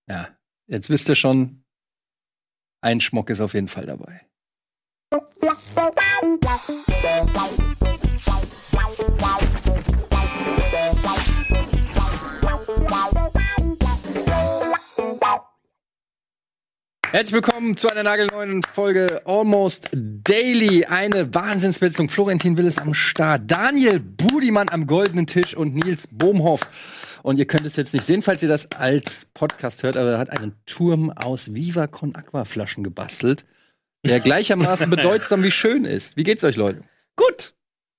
Ja, jetzt wisst ihr schon, ein Schmuck ist auf jeden Fall dabei. Herzlich willkommen zu einer nagelneuen Folge Almost Daily. Eine Wahnsinnsbesetzung. Florentin Will ist am Start, Daniel Budimann am goldenen Tisch und Nils Bohmhoff. Und ihr könnt es jetzt nicht sehen, falls ihr das als Podcast hört, aber er hat einen Turm aus Viva Con Aqua Flaschen gebastelt, der gleichermaßen bedeutsam wie schön ist. Wie geht's euch, Leute? Gut.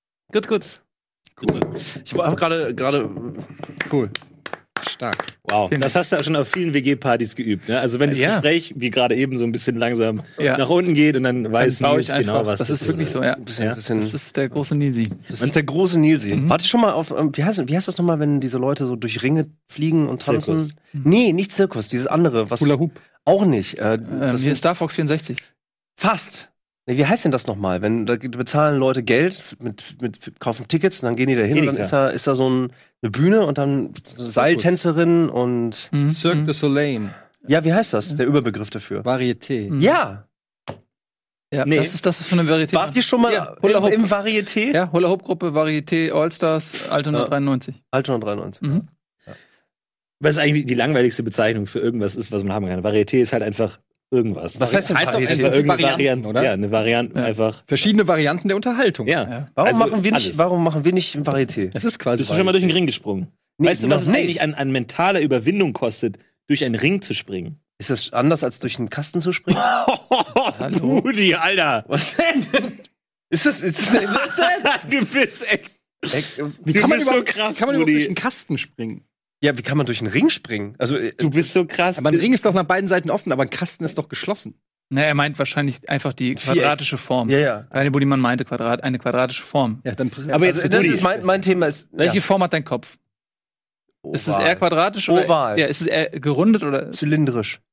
Cool. Ich war gerade Cool. Stark. Wow, das hast du ja schon auf vielen WG-Partys geübt. Ne? Also wenn das Gespräch, wie gerade eben, so ein bisschen langsam nach unten geht und dann weiß Nils genau, was das ist. Wirklich so, ja. Bisschen. Das ist der große Nilsi. Das ist der große Nilsi. Warte schon mal auf, wie heißt das nochmal, wenn diese Leute so durch Ringe fliegen und tanzen? Zirkus. Nee, nicht Zirkus, dieses andere. Was Hula Hoop. Auch nicht. Das ist Star Fox 64. Fast. Nee, wie heißt denn das nochmal? Wenn da bezahlen Leute Geld kaufen Tickets und dann gehen die da hin und dann ist da so eine Bühne und dann Seiltänzerin und Cirque du Soleil. Ja, wie heißt das? Der Überbegriff dafür? Varieté. Ja. Ja, nee. Das ist das, was von der Varieté. Wart ihr schon mal im Varieté? Ja, Hula Hoop Gruppe, Varieté, Allstars, Altona 93. Altona 93. Mhm. Ja. Was eigentlich die langweiligste Bezeichnung für irgendwas ist, was man haben kann. Varieté ist halt einfach irgendwas. Was heißt denn Varianten, Varianten, oder? Ja, eine Variante einfach. Verschiedene Varianten der Unterhaltung. Ja. Warum machen wir nicht ein Varieté? Das ist quasi. Bist du schon mal durch den Ring gesprungen? Nee, weißt du, was es eigentlich an mentaler Überwindung kostet, durch einen Ring zu springen? Ist das anders als durch einen Kasten zu springen? Hallo, Budi, Alter. Was denn? Ist das denn? Du bist echt. Wie kann man überhaupt durch einen Kasten springen? Ja, wie kann man durch einen Ring springen? Also, du bist so krass. Aber ein Ring ist doch nach beiden Seiten offen, aber ein Kasten ist doch geschlossen. Na, er meint wahrscheinlich einfach die quadratische Form. Ja. Daniel Budimann meinte eine quadratische Form. Ja, dann aber jetzt, das ist mein Thema. Welche Form hat dein Kopf? Oval. Ist es eher quadratisch oder oval? Ja, ist es eher gerundet oder zylindrisch?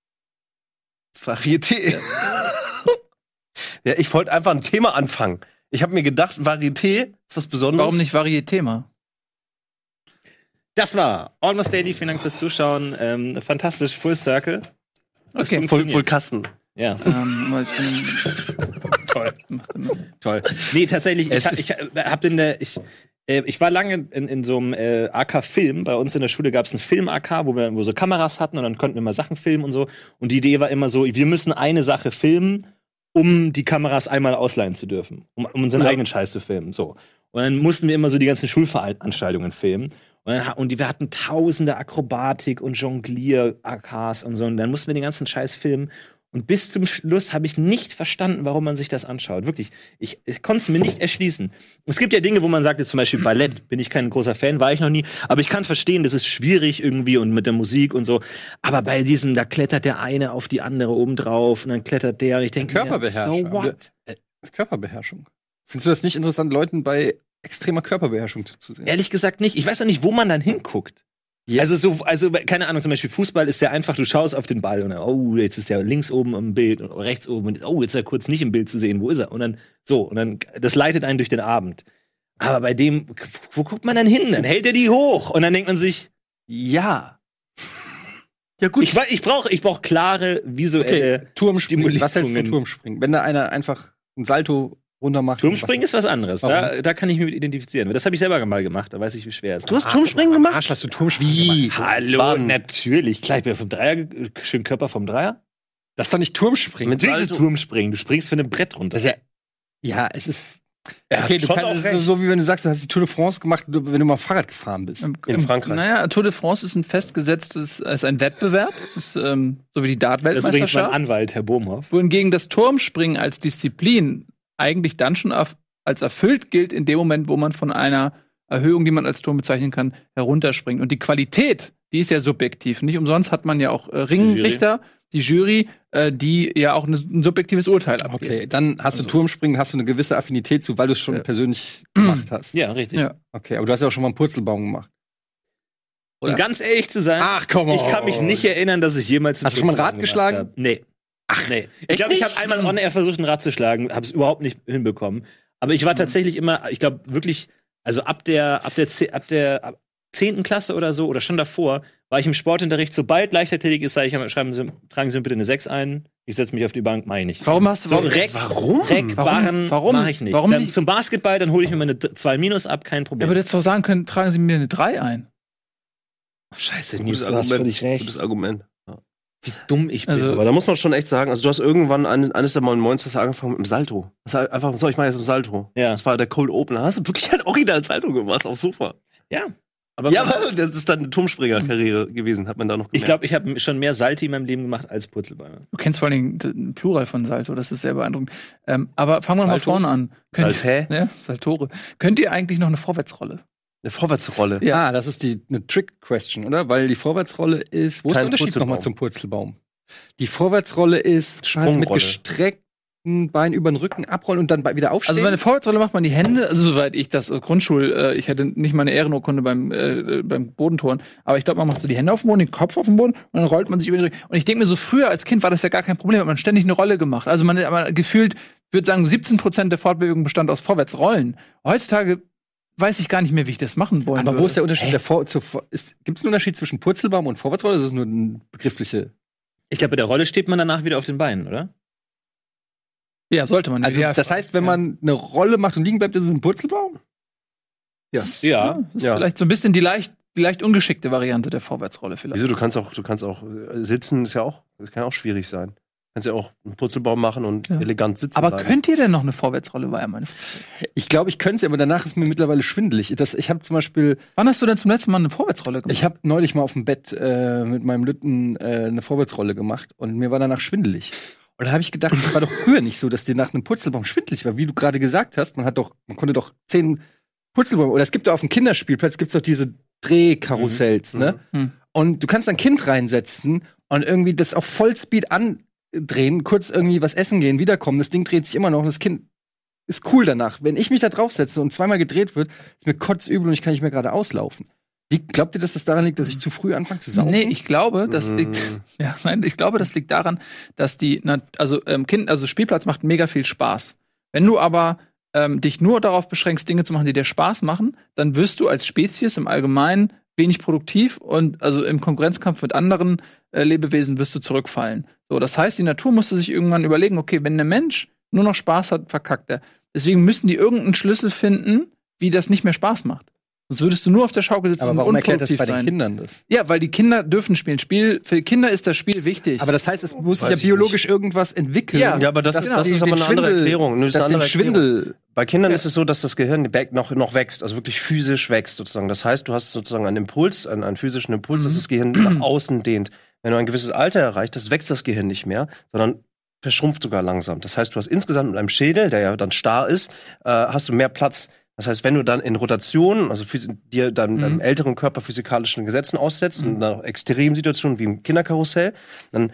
Varieté. Ja, ich wollte einfach ein Thema anfangen. Ich habe mir gedacht, Varieté ist was Besonderes. Warum nicht Varieté-Thema? Das war Almost Daily. Vielen Dank fürs Zuschauen. Fantastisch, Full Circle. Okay, Full Kasten. Ja. Toll. Nee, tatsächlich, ich war lange in so einem AK-Film. Bei uns in der Schule gab es einen Film-AK, wo wir so Kameras hatten und dann konnten wir mal Sachen filmen und so. Und die Idee war immer so, wir müssen eine Sache filmen, um die Kameras einmal ausleihen zu dürfen. Um unseren eigenen Scheiß zu filmen. So. Und dann mussten wir immer so die ganzen Schulveranstaltungen filmen. Und wir hatten tausende Akrobatik und Jonglier-AKs und so. Und dann mussten wir den ganzen Scheiß filmen. Und bis zum Schluss habe ich nicht verstanden, warum man sich das anschaut. Wirklich, ich konnte es mir nicht erschließen. Es gibt ja Dinge, wo man sagt, jetzt zum Beispiel Ballett, bin ich kein großer Fan, war ich noch nie. Aber ich kann verstehen, das ist schwierig irgendwie und mit der Musik und so. Aber bei diesem, da klettert der eine auf die andere obendrauf und dann klettert der. Und ich denke, Körperbeherrschung. So what? Körperbeherrschung. Findest du das nicht interessant, Leuten bei extremer Körperbeherrschung zuzusehen? Ehrlich gesagt nicht. Ich weiß auch nicht, wo man dann hinguckt. Ja. Also, keine Ahnung, zum Beispiel Fußball ist ja einfach, du schaust auf den Ball und dann, jetzt ist der links oben im Bild und rechts oben und jetzt ist er kurz nicht im Bild zu sehen, wo ist er? Und dann, das leitet einen durch den Abend. Aber bei dem, wo guckt man dann hin? Dann hält er die hoch und dann denkt man sich, ja. Ja gut. Ich brauch klare visuelle Turmspringen. Was hältst du von Turmspringen? Wenn da einer einfach ein Salto runter macht. Turmspringen ist was anderes. Da kann ich mich mit identifizieren. Das habe ich selber mal gemacht. Da weiß ich, wie schwer es ist. Du hast Turmspringen gemacht? Arsch, hast du Turmspringen gemacht? Hallo, natürlich. Klar, ich bin vom Dreier, schön Körper vom Dreier. Das ist doch nicht Turmspringen. Natürlich ist es Turmspringen. Du springst von einem Brett runter. Ja, es ist. Okay, du kannst es so, wie wenn du sagst, du hast die Tour de France gemacht, wenn du mal Fahrrad gefahren bist. In Frankreich. Naja, Tour de France ist ein ist ein Wettbewerb. Das ist so wie die Dart-Weltmeisterschaft. Das ist übrigens mein Anwalt, Herr Bohmhoff. Wohingegen das Turmspringen als Disziplin eigentlich dann schon als erfüllt gilt in dem Moment, wo man von einer Erhöhung, die man als Turm bezeichnen kann, herunterspringt. Und die Qualität, die ist ja subjektiv. Nicht umsonst hat man ja auch Ringrichter, die Jury, die ja auch ein subjektives Urteil abgeben. Okay, dann hast du Turmspringen, hast du eine gewisse Affinität zu, weil du es schon persönlich gemacht hast. Ja, richtig. Ja. Okay, aber du hast ja auch schon mal einen Purzelbaum gemacht. Oder? Um ganz ehrlich zu sein, ich kann mich nicht erinnern, dass ich jemals Hast du schon mal ein Rad geschlagen? Nee. Ach nee. Ich glaube, ich habe einmal on-air versucht, ein Rad zu schlagen, habe es überhaupt nicht hinbekommen. Aber ich war tatsächlich immer, ich glaube wirklich, also ab der 10. Klasse oder so, oder schon davor, war ich im Sportunterricht, sobald Leichtathletik ist, sage ich, tragen Sie mir bitte eine 6 ein, ich setze mich auf die Bank, mache ich nicht. Warum hast du... Warum? Mache ich nicht. Warum dann nicht? Zum Basketball, dann hole ich mir meine 2- ab, kein Ja, Problem. aber jetzt doch sagen können, tragen Sie mir eine 3 ein. Scheiße, Gutes du hast völlig recht. Gutes Argument. Ja. Wie dumm ich bin. Aber da muss man schon echt sagen, also du hast irgendwann eines der 9 hast du angefangen mit dem Salto. Das war einfach so, ich mache jetzt ein Salto. Ja. Das war der Cold Open. Da hast du wirklich ein original Salto gemacht aufs Sofa. Ja. Aber das ist dann eine Turmspringer-Karriere gewesen, hat man da noch gemerkt. Ich glaube, ich habe schon mehr Salti in meinem Leben gemacht als Purzelbäume. Du kennst vor allem den Plural von Salto, das ist sehr beeindruckend. Aber fangen wir mal vorne an. Salté? Ja, Saltore. Könnt ihr eigentlich noch eine Vorwärtsrolle? Eine Vorwärtsrolle. Ja. Das ist eine Trick-Question, oder? Weil die Vorwärtsrolle ist. Wo ist der Unterschied nochmal zum Purzelbaum? Die Vorwärtsrolle ist quasi mit gestreckten Beinen über den Rücken abrollen und dann wieder aufstehen. Also bei der Vorwärtsrolle macht man die Hände, also soweit ich das ich hatte nicht mal eine Ehrenurkunde beim Bodenturnen, aber ich glaube, man macht so die Hände auf den Boden, den Kopf auf den Boden und dann rollt man sich über den Rücken. Und ich denke mir so, früher als Kind war das ja gar kein Problem, hat man ständig eine Rolle gemacht. Also aber gefühlt, ich würde sagen, 17% der Fortbewegung bestand aus Vorwärtsrollen. Heutzutage weiß ich gar nicht mehr, wie ich das machen wollen aber würde. wo ist der Unterschied? Gibt es einen Unterschied zwischen Purzelbaum und Vorwärtsrolle? Das ist nur eine begriffliche. Ich glaube, bei der Rolle steht man danach wieder auf den Beinen, oder? Ja, sollte man. Also, das heißt, wenn man eine Rolle macht und liegen bleibt, ist es ein Purzelbaum? Ja. Das ist vielleicht so ein bisschen die leicht ungeschickte Variante der Vorwärtsrolle vielleicht. Wieso? Du kannst auch sitzen, das kann auch schwierig sein. Du kannst ja auch einen Purzelbaum machen und elegant sitzen aber bleiben. könnt ihr denn noch eine Vorwärtsrolle, war ja meine Frage. Ich glaube, ich könnte sie, aber danach ist mir mittlerweile schwindelig. Ich habe zum Beispiel. Wann hast du denn zum letzten Mal eine Vorwärtsrolle gemacht? Ich habe neulich mal auf dem Bett mit meinem Lütten eine Vorwärtsrolle gemacht und mir war danach schwindelig. Und da habe ich gedacht, das war doch früher nicht so, dass dir nach einem Purzelbaum schwindelig war. Wie du gerade gesagt hast, man konnte doch 10 Purzelbäume, oder es gibt doch auf dem Kinderspielplatz gibt's doch diese Drehkarussells, ne? Und du kannst ein Kind reinsetzen und irgendwie das auf Vollspeed andrehen, kurz irgendwie was essen gehen, wiederkommen. Das Ding dreht sich immer noch und das Kind ist cool danach. Wenn ich mich da draufsetze und zweimal gedreht wird, ist mir kotzübel und ich kann nicht mehr gerade auslaufen. Glaubt ihr, dass das daran liegt, dass ich zu früh anfange zu saufen? Nee, ich glaube, das liegt daran, dass Spielplatz macht mega viel Spaß. Wenn du aber dich nur darauf beschränkst, Dinge zu machen, die dir Spaß machen, dann wirst du als Spezies im Allgemeinen wenig produktiv und also im Konkurrenzkampf mit anderen Lebewesen wirst du zurückfallen. So, das heißt, die Natur musste sich irgendwann überlegen, okay, wenn der Mensch nur noch Spaß hat, verkackt er. Deswegen müssen die irgendeinen Schlüssel finden, wie das nicht mehr Spaß macht. Sonst würdest du nur auf der Schaukel sitzen aber und warum erklärt das unproduktiv bei sein. den Kindern das? Ja, weil die Kinder dürfen spielen. Für die Kinder ist das Spiel wichtig. Aber das heißt, es muss sich ja biologisch irgendwas entwickeln. Ja, aber das ist aber eine andere Erklärung. Das ist eine Schwindel. Bei Kindern ist es so, dass das Gehirn noch wächst, also wirklich physisch wächst sozusagen. Das heißt, du hast sozusagen einen Impuls, einen physischen Impuls, dass das Gehirn nach außen dehnt. Wenn du ein gewisses Alter erreicht hast, wächst das Gehirn nicht mehr, sondern verschrumpft sogar langsam. Das heißt, du hast insgesamt mit einem Schädel, der ja dann starr ist, hast du mehr Platz. Das heißt, wenn du dann in Rotation, also dir deinem älteren Körper physikalischen Gesetzen aussetzt und nach Extremsituationen wie im Kinderkarussell, dann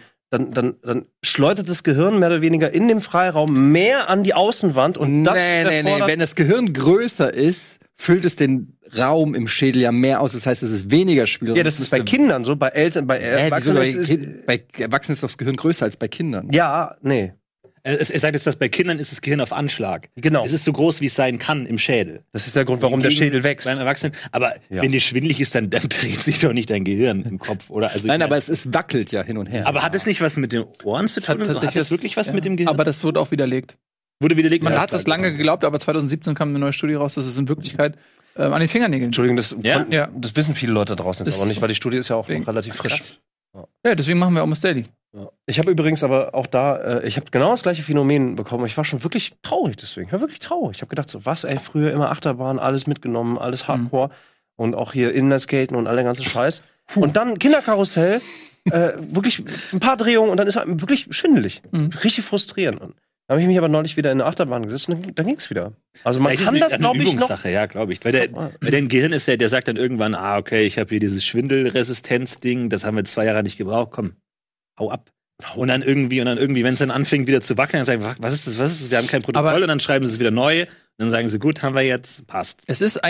schleudert das Gehirn mehr oder weniger in dem Freiraum mehr an die Außenwand und das Wenn das Gehirn größer ist, füllt es den Raum im Schädel ja mehr aus. Das heißt, es ist weniger Spielraum. Ja, das ist bei Kindern so, bei Eltern, bei Erwachsenen. Bei Erwachsenen ist das Gehirn größer als bei Kindern. Ja, nee. Er sagt jetzt, dass bei Kindern ist das Gehirn auf Anschlag. Genau. Es ist so groß, wie es sein kann im Schädel. Das ist der Grund, warum der Schädel wächst. Beim Erwachsenen. Aber wenn dir schwindelig ist, dann dreht sich doch nicht dein Gehirn im Kopf, oder? Also nein, aber es wackelt ja hin und her. Aber hat es nicht was mit den Ohren zu tun? Hat das wirklich was mit dem Gehirn? Aber das wurde auch widerlegt. Man hat das lange geglaubt, aber 2017 kam eine neue Studie raus, dass es in Wirklichkeit an den Fingernägeln. Entschuldigung, das wissen viele Leute draußen jetzt aber nicht, weil die Studie ist ja auch noch relativ frisch. Ja, deswegen machen wir Almost Daily. Ja. Ich habe übrigens aber auch ich habe genau das gleiche Phänomen bekommen. Ich war schon wirklich traurig deswegen. Ich war wirklich traurig. Ich habe gedacht, so was, früher immer Achterbahn, alles mitgenommen, alles Hardcore und auch hier Inlineskaten und all der ganze Scheiß. Und dann Kinderkarussell, wirklich ein paar Drehungen und dann ist er wirklich schwindelig. Richtig frustrierend. Und dann habe ich mich aber neulich wieder in eine Achterbahn gesetzt und dann ging es wieder. Also man kann das, glaube ich, noch. Ja, glaube ich. Weil dein Gehirn ist der sagt dann irgendwann, okay, ich habe hier dieses Schwindelresistenz-Ding, das haben wir 2 Jahre nicht gebraucht, komm, hau ab. Und dann irgendwie, wenn es dann anfängt wieder zu wackeln, dann sagen wir, was ist das, wir haben kein Protokoll und dann schreiben sie es wieder neu Dann sagen sie, gut, haben wir jetzt, passt. Es ist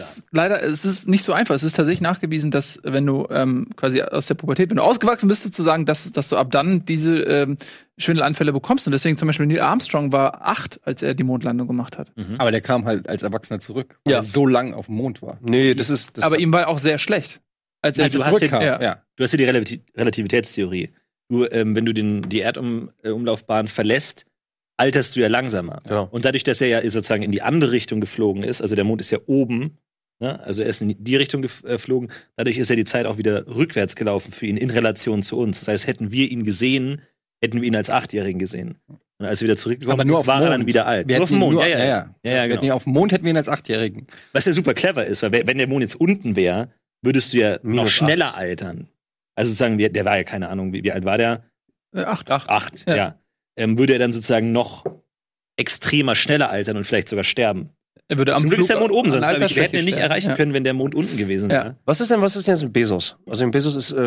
nicht so einfach. Es ist tatsächlich nachgewiesen, dass wenn du quasi aus der Pubertät, wenn du ausgewachsen bist, sozusagen, dass du ab dann diese Schwindelanfälle bekommst. Und deswegen zum Beispiel Neil Armstrong war 8, als er die Mondlandung gemacht hat. Aber der kam halt als Erwachsener zurück, weil er so lang auf dem Mond war. Nee, das ist. Aber ihm war auch sehr schlecht. Als er Also zurückkam. du hast ja die Relativitätstheorie. Wenn du die Erdumlaufbahn verlässt, alterst du ja langsamer. Genau. Und dadurch, dass er ja sozusagen in die andere Richtung geflogen ist, also der Mond ist ja oben, ne? Also er ist in die Richtung geflogen, dadurch ist ja die Zeit auch wieder rückwärts gelaufen für ihn in Relation zu uns. Das heißt, hätten wir ihn gesehen, hätten wir ihn als 8-Jährigen gesehen. Und als er wieder zurückgekommen ist, war er dann wieder alt. Nur auf dem Mond, ja, genau. Auf dem Mond hätten wir ihn als 8-Jährigen. Was ja super clever ist, weil wenn der Mond jetzt unten wäre, würdest du ja noch schneller altern. Also sozusagen, der war ja keine Ahnung, wie alt war der? 8. 8, ja. Würde er dann sozusagen noch extremer schneller altern und vielleicht sogar sterben. Er würde am Zum Glück ist der Mond oben, sonst wir hätten ihn nicht sterben. erreichen können, wenn der Mond unten gewesen wäre. Was ist denn jetzt mit Bezos? Also Bezos ist,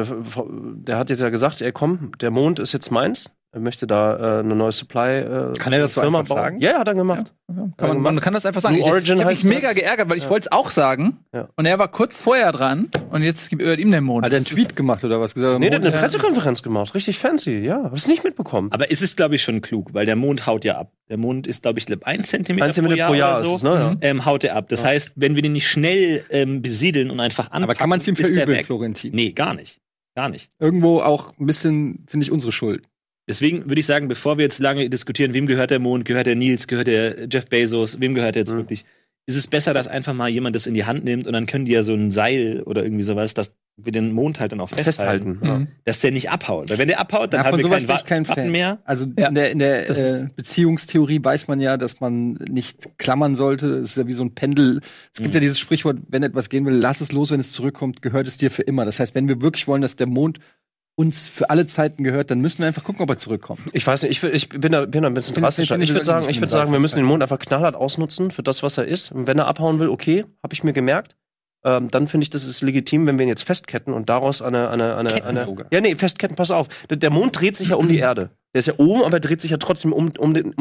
der hat jetzt ja gesagt, ey komm, der Mond ist jetzt meins. Er möchte da eine neue Supply Kann er das so Firma einfach bauen. sagen? Ja, hat er gemacht. Man kann das einfach sagen. Blue Origin ich habe mich heißt mega das. geärgert, weil ich wollte es auch sagen. Ja. Und er war kurz vorher dran. Und jetzt gehört ihm der Mond. Hat er einen Tweet gemacht oder was gesagt? Nee, der hat eine Pressekonferenz gemacht. Richtig fancy, ja. Hast du nicht mitbekommen? Aber es ist, glaube ich, schon klug, weil der Mond haut ja ab. Der Mond ist, glaube ich, 1 Zentimeter, 1 Zentimeter pro Jahr oder so, ist es, ne? haut er ab. Das heißt, wenn wir den nicht schnell besiedeln und einfach anpacken, Aber kann man es ihm ist der verübeln, weg. Florentin? Nee, gar nicht. Gar nicht. Irgendwo auch ein bisschen, finde ich, unsere Schuld. Deswegen würde ich sagen, bevor wir jetzt lange diskutieren, wem gehört der Mond, gehört der Nils, gehört der Jeff Bezos, wem gehört der jetzt wirklich, ist es besser, dass einfach mal jemand das in die Hand nimmt und dann können die ja so ein Seil oder irgendwie sowas, dass wir den Mond halt dann auch festhalten. Ja. Dass der nicht abhaut. Weil wenn der abhaut, dann Ja, haben von wir sowas bin ich keinen kein Watten Fan. mehr. Also Ja. in der Das ist- Beziehungstheorie weiß man ja, dass man nicht klammern sollte. Es ist ja wie so ein Pendel. Es gibt ja dieses Sprichwort, wenn etwas gehen will, lass es los, wenn es zurückkommt, gehört es dir für immer. Das heißt, wenn wir wirklich wollen, dass der Mond uns für alle Zeiten gehört, dann müssen wir einfach gucken, ob er zurückkommt. Ich weiß nicht, ich bin da ein bisschen drastischer. finde, Ich würde sagen, wir müssen den Mond einfach knallhart ausnutzen für das, was er ist. Und wenn er abhauen will, okay, habe ich mir gemerkt. Dann finde ich, das ist legitim, wenn wir ihn jetzt festketten und daraus eine sogar. Ja, nee, festketten, pass auf. Der Mond dreht sich ja um die Erde. Der ist ja oben, aber er dreht sich ja trotzdem um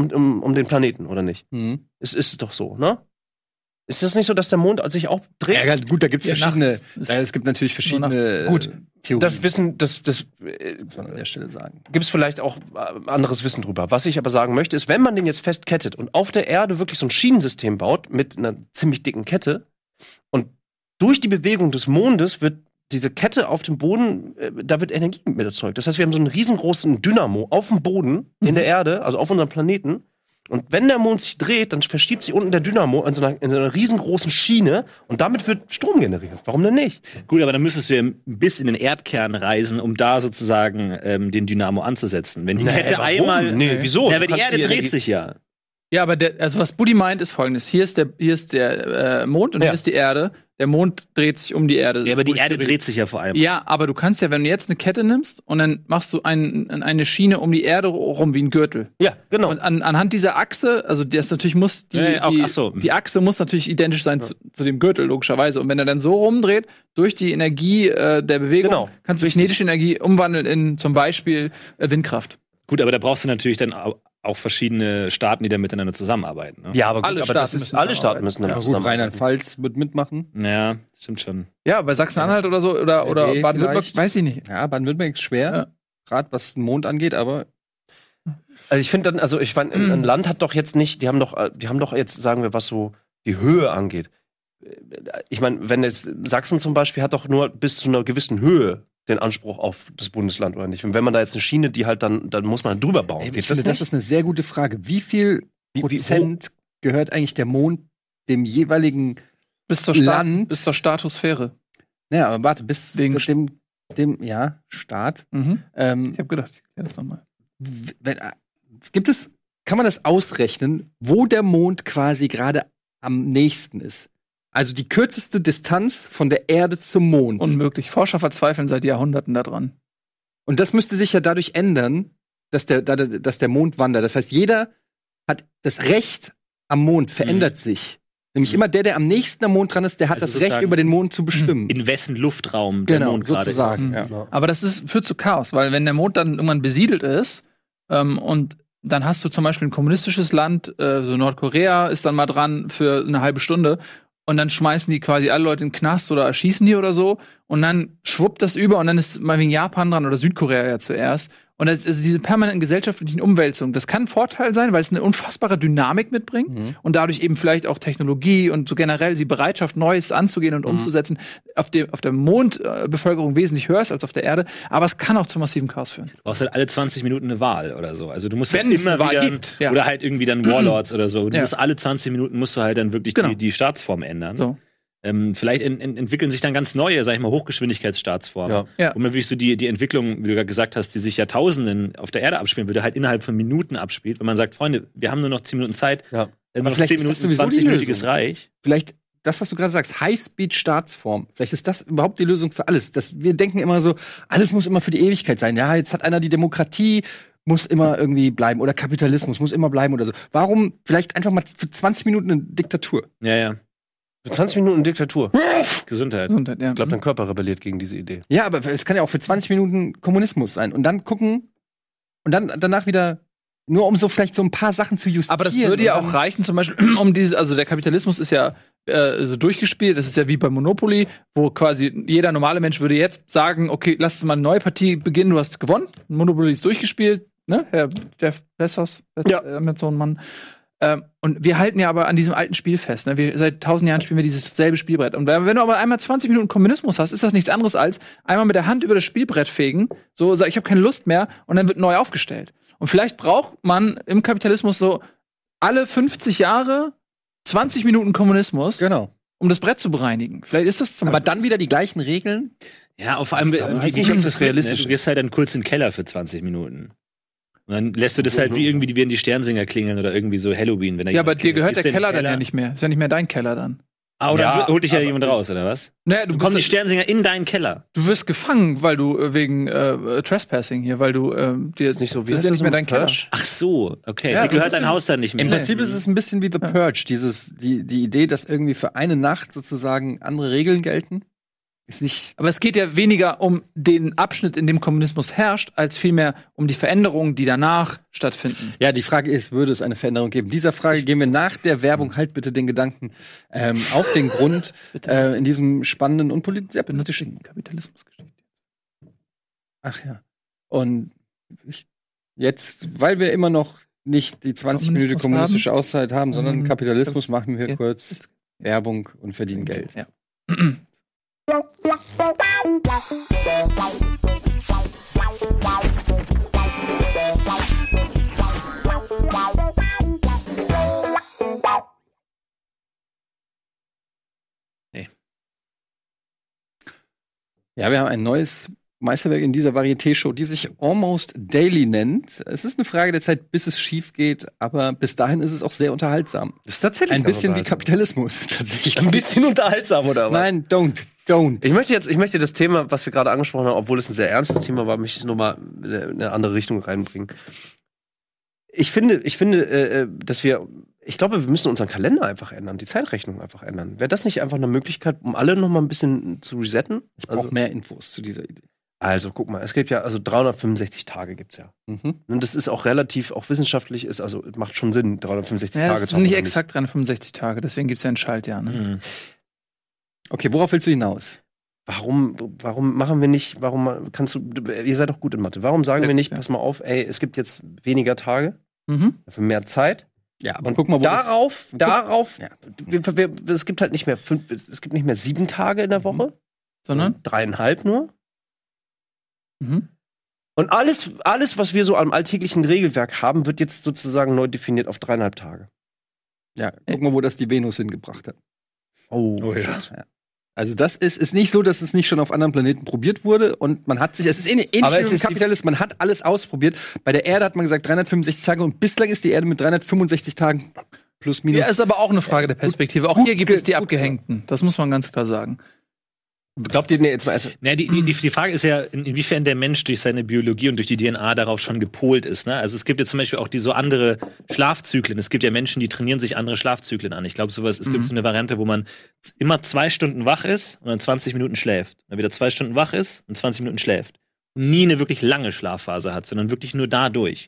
den Planeten, oder nicht? Es ist doch so, ne? Ist das nicht so, dass der Mond sich auch dreht? Ja, gut, da gibt es Ja, verschiedene. nachts ist Es gibt natürlich verschiedene Gut, Theorien. Das Wissen, das muss man an der Stelle sagen. gibt es vielleicht auch anderes Wissen drüber. Was ich aber sagen möchte, ist, wenn man den jetzt festkettet und auf der Erde wirklich so ein Schienensystem baut mit einer ziemlich dicken Kette und durch die Bewegung des Mondes wird diese Kette auf dem Boden, da wird Energie mit erzeugt. Das heißt, wir haben so einen riesengroßen Dynamo auf dem Boden in der Erde, also auf unserem Planeten. Und wenn der Mond sich dreht, dann verschiebt sich unten der Dynamo in so einer riesengroßen Schiene und damit wird Strom generiert. Warum denn nicht? Gut, aber dann müsstest du ja bis in den Erdkern reisen, um da sozusagen den Dynamo anzusetzen. Wenn die Kette warum? einmal. Nee, wieso? Ja, aber Du die kannst Erde die dreht Energie- sich ja. Ja, aber also was Buddy meint, ist folgendes. Hier ist der Mond und Ja. hier ist die Erde. Der Mond dreht sich um die Erde. Das Ja, ist aber die Buddys Erde Theorie. dreht sich ja vor allem. Ja, aber du kannst ja, wenn du jetzt eine Kette nimmst und dann machst du eine Schiene um die Erde rum wie ein Gürtel. Ja, genau. Und anhand dieser Achse, also das natürlich muss ach so. die Achse muss natürlich identisch sein zu dem Gürtel, logischerweise. Und wenn er dann so rumdreht, durch die Energie der Bewegung, Genau. kannst du kinetische Energie umwandeln in zum Beispiel Windkraft. Gut, aber da brauchst du natürlich dann auch verschiedene Staaten, die da miteinander zusammenarbeiten. Ne? Ja, aber, Alle aber das Staaten ist, müssen alle Staaten müssen Ja, damit gut, zusammenarbeiten. Rheinland-Pfalz wird mitmachen. Ja, stimmt schon. Ja, bei Sachsen-Anhalt oder so oder Nee, Baden-Württemberg, vielleicht. weiß ich nicht. Ja, Baden-Württemberg ist schwer, Ja. gerade was den Mond angeht, aber Also ich finde dann, also ich meine, ein Land hat doch jetzt nicht, die haben doch jetzt, sagen wir, was so die Höhe angeht. Ich meine, wenn jetzt Sachsen zum Beispiel hat doch nur bis zu einer gewissen Höhe den Anspruch auf das Bundesland, oder nicht? Und wenn man da jetzt eine Schiene, die halt dann muss man drüber bauen. ey, Geht ich finde, das das ist eine sehr gute Frage. Wie viel Prozent gehört eigentlich der Mond dem jeweiligen Bis zur Land? bis zur Statosphäre. Naja, aber warte, bis Wegen dem Staat. Mhm. Ähm, Ich habe gedacht, ich erkläre das nochmal. kann man das ausrechnen, wo der Mond quasi gerade am nächsten ist? Also die kürzeste Distanz von der Erde zum Mond. Unmöglich. Forscher verzweifeln seit Jahrhunderten daran. Und das müsste sich ja dadurch ändern, dass der Mond wandert. Das heißt, jeder hat das Recht am Mond, verändert sich. Nämlich immer der am nächsten am Mond dran ist, der hat Also das Recht, sozusagen über den Mond zu bestimmen. In wessen Luftraum der Genau, Mond gerade sozusagen. ist. Ja. Aber das führt zu Chaos, weil wenn der Mond dann irgendwann besiedelt ist und dann hast du zum Beispiel ein kommunistisches Land, so Nordkorea ist dann mal dran für eine halbe Stunde und dann schmeißen die quasi alle Leute in den Knast oder erschießen die oder so und dann schwuppt das über und dann ist mal wegen Japan dran oder Südkorea ja zuerst. Und also diese permanenten gesellschaftlichen Umwälzungen, das kann ein Vorteil sein, weil es eine unfassbare Dynamik mitbringt und dadurch eben vielleicht auch Technologie und so generell die Bereitschaft, Neues anzugehen und umzusetzen, auf der Mondbevölkerung wesentlich höher ist als auf der Erde. Aber es kann auch zu massivem Chaos führen. Du brauchst halt alle 20 Minuten eine Wahl oder so. Also du musst Wenn halt es immer eine Wahl wieder gibt, ja. oder halt irgendwie dann Warlords oder so. Du Ja. musst alle 20 Minuten musst du halt dann wirklich Genau. die Staatsform ändern. So. Vielleicht entwickeln sich dann ganz neue, sag ich mal, Hochgeschwindigkeitsstaatsformen. Ja. Ja. Wo man wirklich so die Entwicklung, wie du gerade gesagt hast, die sich Jahrtausenden auf der Erde abspielen würde, halt innerhalb von Minuten abspielt. Wenn man sagt, Freunde, wir haben nur noch 10 Minuten Zeit, Ja. nur noch vielleicht 10 ist das Minuten, sowieso die 20-minütiges Lösung. Reich. Vielleicht das, was du gerade sagst, High-Speed-Staatsform. Vielleicht ist das überhaupt die Lösung für alles. Wir denken immer so, alles muss immer für die Ewigkeit sein. Ja, jetzt hat einer die Demokratie, muss immer irgendwie bleiben. Oder Kapitalismus muss immer bleiben oder so. Warum vielleicht einfach mal für 20 Minuten eine Diktatur? Ja. Für 20 Minuten Diktatur. Gesundheit. Gesundheit, ja. Ich glaube, dein Körper rebelliert gegen diese Idee. Ja, aber es kann ja auch für 20 Minuten Kommunismus sein. Und dann gucken und dann danach wieder, nur um so vielleicht so ein paar Sachen zu justieren. Aber das würde ja Und dann- auch reichen, zum Beispiel, um also der Kapitalismus ist ja so durchgespielt, das ist ja wie bei Monopoly, wo quasi jeder normale Mensch würde jetzt sagen, okay, lass uns mal eine neue Partie beginnen, du hast gewonnen, Monopoly ist durchgespielt, ne, Herr Jeff Bezos, Ja. Amazon-Mann. Und wir halten ja aber an diesem alten Spiel fest. Ne? Seit 1000 Jahren spielen wir dieses selbe Spielbrett. Und wenn du aber einmal 20 Minuten Kommunismus hast, ist das nichts anderes als einmal mit der Hand über das Spielbrett fegen, so sag ich habe keine Lust mehr und dann wird neu aufgestellt. Und vielleicht braucht man im Kapitalismus so alle 50 Jahre 20 Minuten Kommunismus, Genau. um das Brett zu bereinigen. Vielleicht ist das zum Aber Beispiel. dann wieder die gleichen Regeln. Ja, vor allem, weiß nicht, ob das realistisch Du gehst halt dann kurz in den Keller für 20 Minuten. Und dann lässt du das halt wie irgendwie, wie wenn die Sternsinger klingeln oder irgendwie so Halloween. Wenn da Ja, aber jemand dir gehört Gehst der du in den Keller dann ja nicht mehr. Ist ja nicht mehr dein Keller dann. Ah, oder Ja, holt dich ja aber- jemand raus, oder was? Naja, Du kommen die Sternsinger in deinen Keller. du wirst gefangen, weil du wegen Trespassing hier, weil du dir Ist nicht so wie das ist ja nicht mehr dein Keller. Ach so, okay. Ja, Dir so ein gehört dein bisschen- Haus dann nicht mehr. Im Prinzip ist es ein bisschen wie The Ja. Purge. Die Idee, dass irgendwie für eine Nacht sozusagen andere Regeln gelten, ist nicht. Aber es geht ja weniger um den Abschnitt, in dem Kommunismus herrscht, als vielmehr um die Veränderungen, die danach stattfinden. Ja, die Frage ist, würde es eine Veränderung geben? Dieser Frage gehen wir nach der Werbung, halt bitte den Gedanken, auf den Grund Bitte in diesem spannenden und sehr politischen. Kapitalismusgeschichte. Ach ja. Und jetzt, weil wir immer noch nicht die 20 Minuten Kommunismus kommunistische Auszeit haben, sondern Mhm. Kapitalismus, machen wir Ja. kurz Werbung und verdienen Geld. Ja. Ja, wir haben ein neues Meisterwerk in dieser Varieté-Show, die sich Almost Daily nennt. Es ist eine Frage der Zeit, bis es schief geht, aber bis dahin ist es auch sehr unterhaltsam. Das ist tatsächlich Ein ganz bisschen wie unterhaltsam. Kapitalismus, tatsächlich. Ein bisschen unterhaltsam, oder was? Nein, don't. Ich möchte das Thema, was wir gerade angesprochen haben, obwohl es ein sehr ernstes Thema war, möchte ich es nochmal in eine andere Richtung reinbringen. Ich finde, ich glaube, wir müssen unseren Kalender einfach ändern, die Zeitrechnung einfach ändern. Wäre das nicht einfach eine Möglichkeit, um alle nochmal ein bisschen zu resetten? Ich brauche mehr Infos zu dieser Idee. Also guck mal, es gibt ja, also 365 Tage gibt's ja. Mhm. Und das ist auch relativ, auch wissenschaftlich ist, also macht schon Sinn, 365 Ja, Tage es zu sind nicht haben, oder exakt 365 Tage, deswegen gibt es ja ein Schaltjahr. Ne? Mhm. Okay, worauf willst du hinaus? Warum machen wir nicht, ihr seid doch gut in Mathe, warum sagen Sehr wir nicht, gut, ja. pass mal auf, ey, es gibt jetzt weniger Tage, Mhm. dafür mehr Zeit. Ja, aber Und guck mal, wo darauf, Ja. es gibt halt nicht mehr es gibt nicht mehr 7 Tage in der Woche, Sondern? 3,5 nur. Mhm. Und alles, was wir so am alltäglichen Regelwerk haben, wird jetzt sozusagen neu definiert auf 3,5 Tage. Ja, guck mal, wo das die Venus hingebracht hat. Oh, ja. Also das ist nicht so, dass es nicht schon auf anderen Planeten probiert wurde und man hat sich, es ist ähnlich Aber wie es im ist die- Kapitalismus, man hat alles ausprobiert. Bei der Erde hat man gesagt 365 Tage und bislang ist die Erde mit 365 Tagen plus minus. Ja, ist aber auch eine Frage der Perspektive. Auch gut hier gibt es die gut Abgehängten. Das muss man ganz klar sagen. Glaubt ihr, nee, jetzt mal, also, Na, die Frage ist ja, inwiefern der Mensch durch seine Biologie und durch die DNA darauf schon gepolt ist. Ne? Also es gibt ja zum Beispiel auch die so andere Schlafzyklen. Es gibt ja Menschen, die trainieren sich andere Schlafzyklen an. Ich glaube, es gibt so eine Variante, wo man immer 2 Stunden wach ist und dann 20 Minuten schläft. Dann wieder 2 Stunden wach ist und 20 Minuten schläft. Und nie eine wirklich lange Schlafphase hat, sondern wirklich nur dadurch.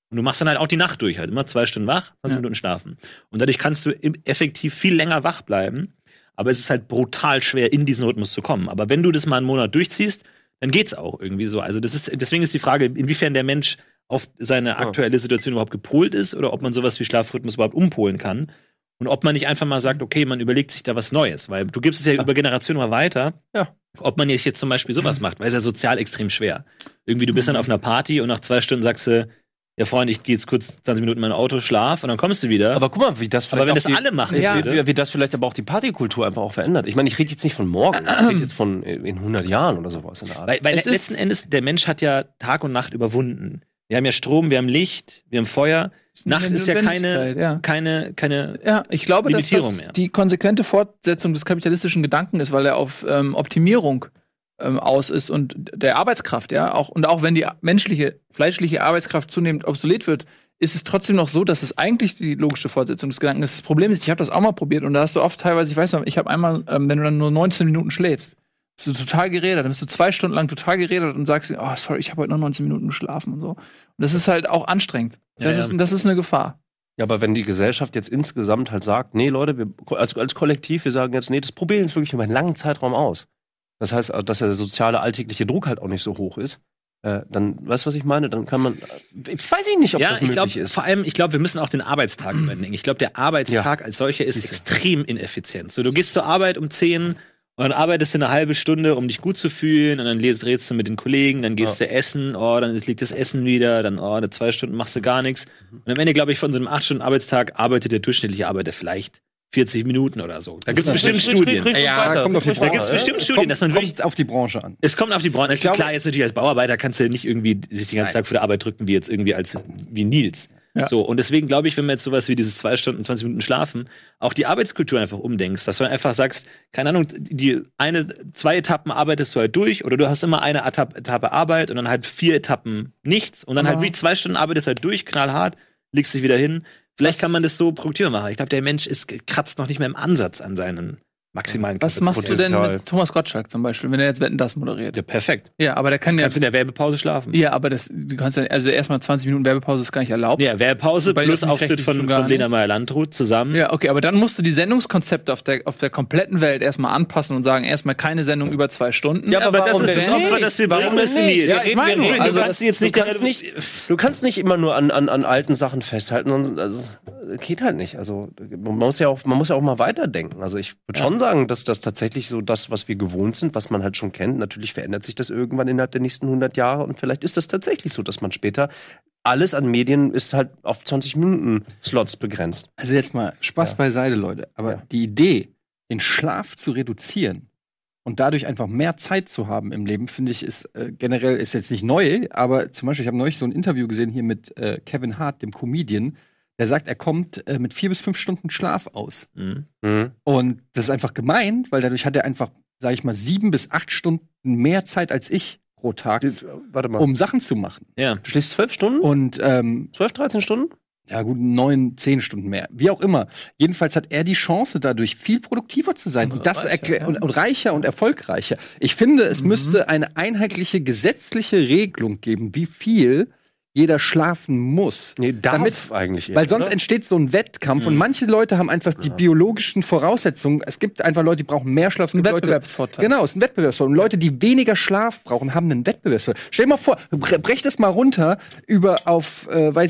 Und du machst dann halt auch die Nacht durch, halt immer 2 Stunden wach, 20 Minuten schlafen. Und dadurch kannst du effektiv viel länger wach bleiben. Aber es ist halt brutal schwer, in diesen Rhythmus zu kommen. Aber wenn du das mal einen Monat durchziehst, dann geht's auch irgendwie so. Also deswegen ist die Frage, inwiefern der Mensch auf seine aktuelle Situation überhaupt gepolt ist oder ob man sowas wie Schlafrhythmus überhaupt umpolen kann. Und ob man nicht einfach mal sagt, okay, man überlegt sich da was Neues. Weil du gibst es ja über Generationen mal weiter. Ja. Ob man jetzt zum Beispiel sowas macht, weil es ja sozial extrem schwer. Irgendwie, du bist dann auf einer Party und nach 2 Stunden sagst du, ja, Freund, ich gehe jetzt kurz 20 Minuten in mein Auto, schlaf und dann kommst du wieder. Aber guck mal, wie das vielleicht aber wenn auch das alle machen wie das vielleicht aber auch die Partykultur einfach auch verändert. Ich meine, ich rede jetzt nicht von morgen, ich rede jetzt von in 100 Jahren oder sowas in der Art. Weil letzten Endes, der Mensch hat ja Tag und Nacht überwunden. Wir haben ja Strom, wir haben Licht, wir haben Feuer. Nacht ist ja keine Ja, ich glaube, dass das mehr. die konsequente Fortsetzung des kapitalistischen Gedanken ist, weil er auf Optimierung aus ist und der Arbeitskraft, ja, auch wenn die fleischliche Arbeitskraft zunehmend obsolet wird, ist es trotzdem noch so, dass es eigentlich die logische Fortsetzung des Gedankens ist. Das Problem ist, ich habe das auch mal probiert und da hast du oft teilweise, ich weiß noch, ich habe einmal, wenn du dann nur 19 Minuten schläfst, bist du total gerädert, dann bist du 2 Stunden lang total gerädert und sagst, oh, sorry, ich habe heute noch 19 Minuten geschlafen und so. Und das ist halt auch anstrengend. Das ist eine Gefahr. Ja, aber wenn die Gesellschaft jetzt insgesamt halt sagt, nee, Leute, wir als Kollektiv, wir sagen jetzt, nee, das probieren wir jetzt wirklich über einen langen Zeitraum aus. Das heißt, dass der soziale, alltägliche Druck halt auch nicht so hoch ist. Dann, weißt du, was ich meine? Dann kann man, weiß ich nicht, ob das möglich ist. Vor allem, ich glaube, wir müssen auch den Arbeitstag überdenken. Ich glaube, der Arbeitstag als solcher ist extrem ineffizient. So, du gehst zur Arbeit um 10 und dann arbeitest du eine halbe Stunde, um dich gut zu fühlen und dann redest du mit den Kollegen, dann gehst du essen, dann liegt das Essen wieder, dann 2 Stunden machst du gar nichts. Und am Ende, glaube ich, von so einem 8-Stunden-Arbeitstag arbeitet der durchschnittliche Arbeiter vielleicht 40 Minuten oder so. Da gibt es bestimmt Studien. Kommt auf die Branche. Da gibt es bestimmt Studien, dass man kommt auf die Branche an. Es kommt auf die Branche. Klar, jetzt natürlich als Bauarbeiter kannst du nicht irgendwie sich den ganzen Tag vor der Arbeit drücken, wie Nils. Ja. So, und deswegen glaube ich, wenn man jetzt sowas wie dieses 2 Stunden, 20 Minuten schlafen, auch die Arbeitskultur einfach umdenkst, dass du einfach sagst, keine Ahnung, 2 Etappen arbeitest du halt durch oder du hast immer eine Etappe Arbeit und dann halt 4 Etappen nichts und dann halt wie 2 Stunden arbeitest halt durch, knallhart, legst dich wieder hin. Vielleicht kann man das so produktiver machen. Ich glaube, der Mensch kratzt noch nicht mehr im Ansatz an seinen maximalen Kapazitäten. Was machst du denn mit Thomas Gottschalk zum Beispiel, wenn er jetzt Wetten, das moderiert? Ja, perfekt. Ja, aber der kann kannst in der Werbepause schlafen. Ja, aber du kannst ja, also erstmal 20 Minuten Werbepause ist gar nicht erlaubt. Ja, Werbepause plus Auftritt von Lena Meyer-Landrut zusammen. Ja, okay, aber dann musst du die Sendungskonzepte auf der kompletten Welt erstmal anpassen und sagen, erstmal keine Sendung über 2 Stunden. Ja, aber das ist das Opfer, das wir warum ist die ja, ich meine, also du kannst nicht immer nur an alten Sachen festhalten, also geht halt nicht. Also man muss ja auch mal weiterdenken. Also ich würde schon sagen, dass das tatsächlich so das, was wir gewohnt sind, was man halt schon kennt. Natürlich verändert sich das irgendwann innerhalb der nächsten 100 Jahre und vielleicht ist das tatsächlich so, dass man später alles an Medien ist halt auf 20 Minuten Slots begrenzt. Also jetzt mal Spaß beiseite, Leute. Aber die Idee, den Schlaf zu reduzieren und dadurch einfach mehr Zeit zu haben im Leben, finde ich, ist generell ist jetzt nicht neu. Aber zum Beispiel, ich habe neulich so ein Interview gesehen hier mit Kevin Hart, dem Comedian. Der sagt, er kommt mit 4 bis 5 Stunden Schlaf aus. Und das ist einfach gemein, weil dadurch hat er einfach, sag ich mal, 7 bis 8 Stunden mehr Zeit als ich pro Tag, um Sachen zu machen. Ja. Du schläfst 12 Stunden? Und 12, 13 Stunden? Ja gut, 9, 10 Stunden mehr. Wie auch immer. Jedenfalls hat er die Chance, dadurch viel produktiver zu sein. Und das und reicher und erfolgreicher. Ich finde, es müsste eine einheitliche gesetzliche Regelung geben, wie viel jeder schlafen muss. Nee, darf eigentlich. Weil sonst entsteht so ein Wettkampf und manche Leute haben einfach die biologischen Voraussetzungen. Es gibt einfach Leute, die brauchen mehr Schlaf. Es ist ein Wettbewerbsvorteil. Genau, es ist ein Wettbewerbsvorteil. Und Leute, die weniger Schlaf brauchen, haben einen Wettbewerbsvorteil. Stell dir mal vor, brech das mal runter auf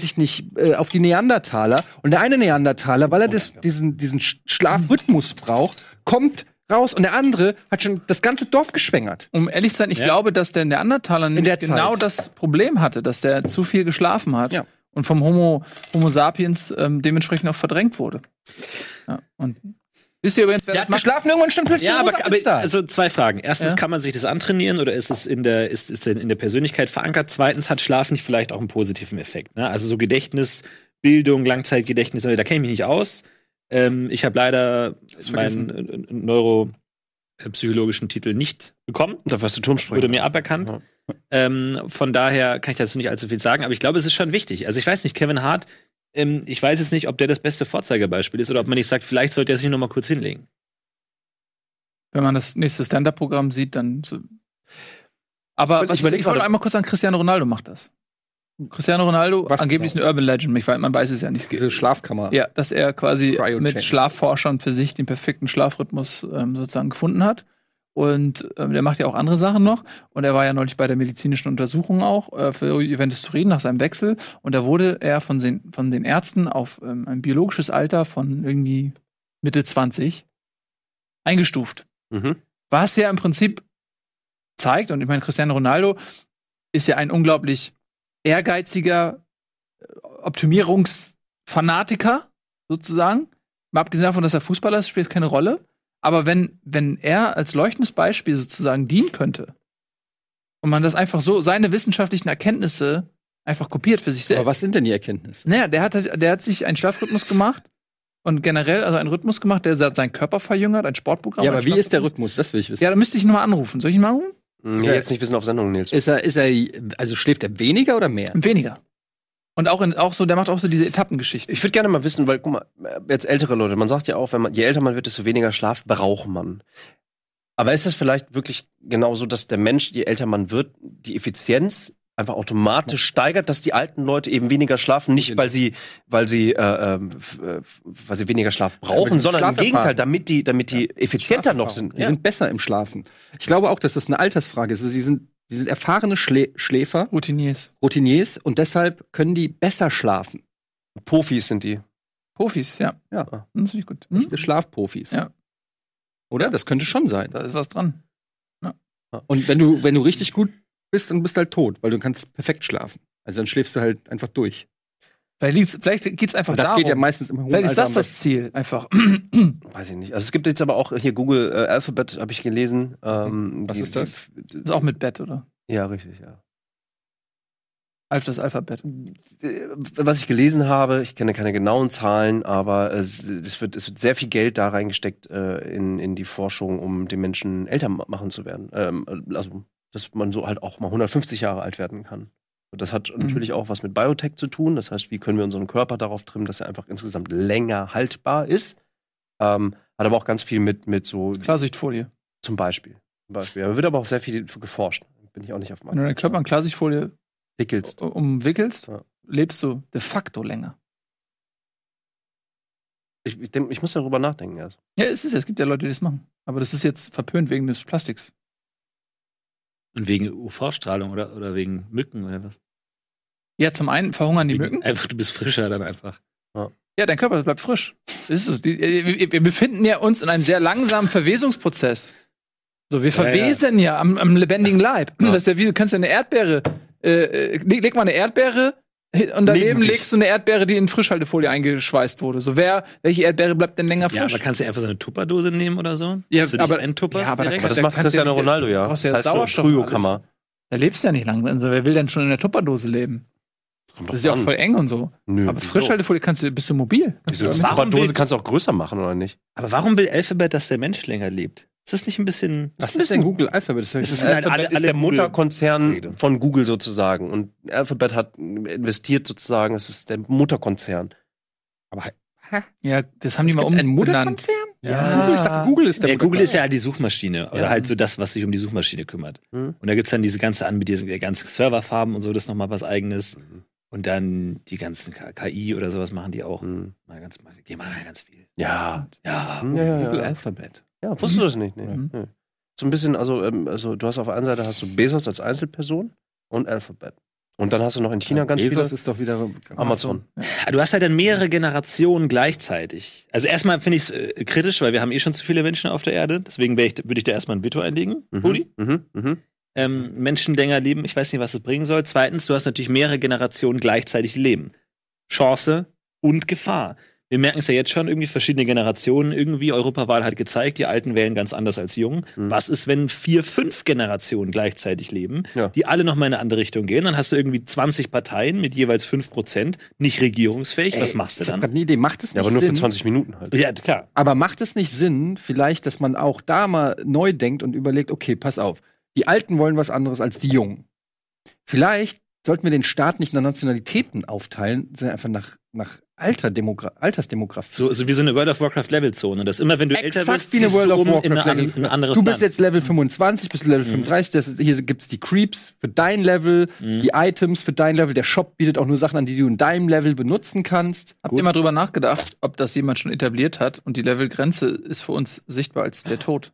die Neandertaler. Und der eine Neandertaler, weil er diesen Schlafrhythmus braucht, kommt raus und der andere hat schon das ganze Dorf geschwängert. Um ehrlich zu sein, ich glaube, dass der Neandertaler genau das Problem hatte, dass der zu viel geschlafen hat und vom Homo sapiens dementsprechend auch verdrängt wurde. Ja, und wisst ihr übrigens, wer das macht? Geschlafen irgendwann stand plötzlich. Ja, aber also 2 Fragen. Erstens, kann man sich das antrainieren oder ist es in der Persönlichkeit verankert? Zweitens, hat Schlaf nicht vielleicht auch einen positiven Effekt? Ne? Also so Gedächtnis, Bildung, Langzeitgedächtnis, da kenne ich mich nicht aus. Ich habe leider meinen neuropsychologischen Titel nicht bekommen. Da warst du Turmspringer. Wurde mir aberkannt. Ja. Von daher kann ich dazu nicht allzu viel sagen, aber ich glaube, es ist schon wichtig. Also ich weiß nicht, Kevin Hart, ich weiß jetzt nicht, ob der das beste Vorzeigebeispiel ist oder ob man nicht sagt, vielleicht sollte er sich noch mal kurz hinlegen. Wenn man das nächste Stand-Up-Programm sieht, dann. Aber ich wollte einmal kurz sagen, Cristiano Ronaldo macht das. Cristiano Ronaldo Was angeblich genau? ist eine Urban Legend. Man weiß es ja nicht. Diese Schlafkammer. Ja, dass er quasi Cryo mit Chain. Schlafforschern für sich den perfekten Schlafrhythmus sozusagen gefunden hat. Und der macht ja auch andere Sachen noch. Und er war ja neulich bei der medizinischen Untersuchung auch für Juventus Turin nach seinem Wechsel. Und da wurde er von den Ärzten auf ein biologisches Alter von irgendwie Mitte 20 eingestuft. Mhm. Was ja im Prinzip zeigt, und ich meine, Cristiano Ronaldo ist ja ein unglaublich ehrgeiziger Optimierungsfanatiker, sozusagen. Mal abgesehen davon, dass er Fußballer ist, spielt es keine Rolle. Aber wenn er als leuchtendes Beispiel sozusagen dienen könnte und man das einfach so, seine wissenschaftlichen Erkenntnisse einfach kopiert für sich selbst. Aber was sind denn die Erkenntnisse? Naja, der hat sich einen Schlafrhythmus gemacht und generell also einen Rhythmus gemacht, der seinen Körper verjüngert, ein Sportprogramm. Ja, aber ein wie ist der Schlafrhythmus. Rhythmus? Das will ich wissen. Ja, da müsste ich ihn nochmal anrufen. Soll ich ihn mal anrufen? Nee, jetzt nicht, wir sind auf Sendung, Nils. Also schläft er weniger oder mehr? Weniger. Und auch so, der macht auch so diese Etappengeschichten. Ich würde gerne mal wissen, weil, guck mal, jetzt ältere Leute, man sagt ja auch, je älter man wird, desto weniger Schlaf braucht man. Aber ist es vielleicht wirklich genau so, dass der Mensch, je älter man wird, die Effizienz einfach automatisch steigert, dass die alten Leute eben weniger schlafen, nicht weil sie weniger Schlaf brauchen, sondern im Gegenteil, damit die effizienter noch sind. Die sind besser im Schlafen. Ich glaube auch, dass das eine Altersfrage ist. Sie sind erfahrene Schläfer, Routiniers Routiniers, und deshalb können die besser schlafen. Profis sind die. Profis, ja. Ja. Das finde ich gut. Echte Schlafprofis. Ja. Oder? Das könnte schon sein. Da ist was dran. Und wenn du richtig gut bist, dann bist du halt tot, weil du kannst perfekt schlafen. Also dann schläfst du halt einfach durch. Vielleicht geht's einfach Und das darum. geht ja meistens im hohen Vielleicht ist Alter das am das Ziel, einfach. Weiß ich nicht. Also es gibt jetzt aber auch hier Google Alphabet, habe ich gelesen. Was ist das? Das ist auch mit Bett, oder? Ja, richtig, ja. Das Alphabet. Was ich gelesen habe, ich kenne keine genauen Zahlen, aber es wird sehr viel Geld da reingesteckt in die Forschung, um den Menschen älter machen zu werden. Also, dass man so halt auch mal 150 Jahre alt werden kann. Und das hat natürlich auch was mit Biotech zu tun. Das heißt, wie können wir unseren Körper darauf trimmen, dass er einfach insgesamt länger haltbar ist. Hat aber auch ganz viel mit so Klarsichtfolie. zum Beispiel. Da wird aber auch sehr viel geforscht. Bin ich auch nicht auf Wenn du deinen Körper in Klarsichtfolie wickelst. umwickelst, Ja. lebst du de facto länger. Ich muss darüber nachdenken erst. Ja, es gibt ja Leute, die das machen. Aber das ist jetzt verpönt wegen des Plastiks. Und wegen UV-Strahlung oder wegen Mücken oder was? Ja, zum einen verhungern die Mücken. Einfach, du bist frischer dann einfach. Ja, dein Körper bleibt frisch. Das ist so. Wir befinden ja uns in einem sehr langsamen Verwesungsprozess. So, wir verwesen ja am lebendigen Leib. Ja. Das ist ja wie, du kannst ja eine Erdbeere, leg mal eine Erdbeere und daneben legst du eine Erdbeere, die in Frischhaltefolie eingeschweißt wurde. So, welche Erdbeere bleibt denn länger frisch? Ja, aber kannst du einfach so eine Tupperdose nehmen oder so? Ja, Hast du aber- dich entupperst ja, aber da direkt? Aber das Da macht kannst du Cristiano ja nicht- Ronaldo, ja. brauchst Das ja heißt so Sauerstoff Kryokammer. Da lebst du ja nicht lang. Also, wer will denn schon in der Tupperdose leben? Kommt Das doch ist ja auch an. voll eng und so. Nö, Aber wieso? Frischhaltefolie bist du mobil. Wieso? Die Warum Tupperdose will- kannst du auch größer machen, oder nicht? Aber warum will Alphabet, dass der Mensch länger lebt? Ist das nicht ein bisschen. Was ist denn Google Alphabet? Das hab ich Das ist nicht- halt Alphabet ist der Google- Mutterkonzern Rede. von Google sozusagen. Und Alphabet hat investiert sozusagen, es ist der Mutterkonzern. Ja, das haben die Es mal gibt einen umbenannt. Mutterkonzern? Ja. Ich dachte, Google ist der Ja, Google Mutterkonzern. ist ja die Suchmaschine. Oder halt so das, was sich um die Suchmaschine kümmert. Mhm. Und da gibt's dann diese ganze Anbieter, die ganzen Serverfarben und so, das ist nochmal was eigenes. Und dann die ganzen KI oder sowas machen die auch. Mhm. Geh mal ganz viel. Ja. Ja. Google Ja. Alphabet. Ja, wusstest du das nicht? Nee. Mhm. Nee. So ein bisschen, also du hast auf der einen Seite hast du Bezos als Einzelperson und Alphabet. Und dann hast du noch in China ganz Bezos viele. ist doch wieder Amazon. Ja, du hast halt dann mehrere Generationen gleichzeitig. Also erstmal finde ich es kritisch, weil wir haben eh schon zu viele Menschen auf der Erde. Deswegen würde ich da erstmal ein Veto einlegen. Rudi? Menschen länger leben, ich weiß nicht, was es bringen soll. Zweitens, du hast natürlich mehrere Generationen gleichzeitig leben. Chance und Gefahr. Wir merken es ja jetzt schon, irgendwie verschiedene Generationen, irgendwie Europawahl hat gezeigt, die Alten wählen ganz anders als die Jungen. Mhm. Was ist, wenn 4, 5 Generationen gleichzeitig leben, Ja. die alle nochmal in eine andere Richtung gehen? Dann hast du irgendwie 20 Parteien mit jeweils 5%, nicht regierungsfähig. Was machst du Ich habe dann? gerade eine Idee. Macht es nicht Ja, aber nur Sinn? für 20 Minuten halt. Ja, klar. Aber macht es nicht Sinn, vielleicht, dass man auch da mal neu denkt und überlegt, okay, pass auf, die Alten wollen was anderes als die Jungen. Vielleicht sollten wir den Staat nicht nach Nationalitäten aufteilen, sondern einfach nach Altersdemografie. So wie so eine World of Warcraft Levelzone. Das immer, wenn du älter bist, wie eine ziehst World du of in Warcraft ein anderes Du bist Land. jetzt Level 25, bist du Level 35. Hier gibt's die Creeps für dein Level, die Items für dein Level. Der Shop bietet auch nur Sachen an, die du in deinem Level benutzen kannst. Habt ihr mal drüber nachgedacht, ob das jemand schon etabliert hat und die Levelgrenze ist für uns sichtbar als der Tod?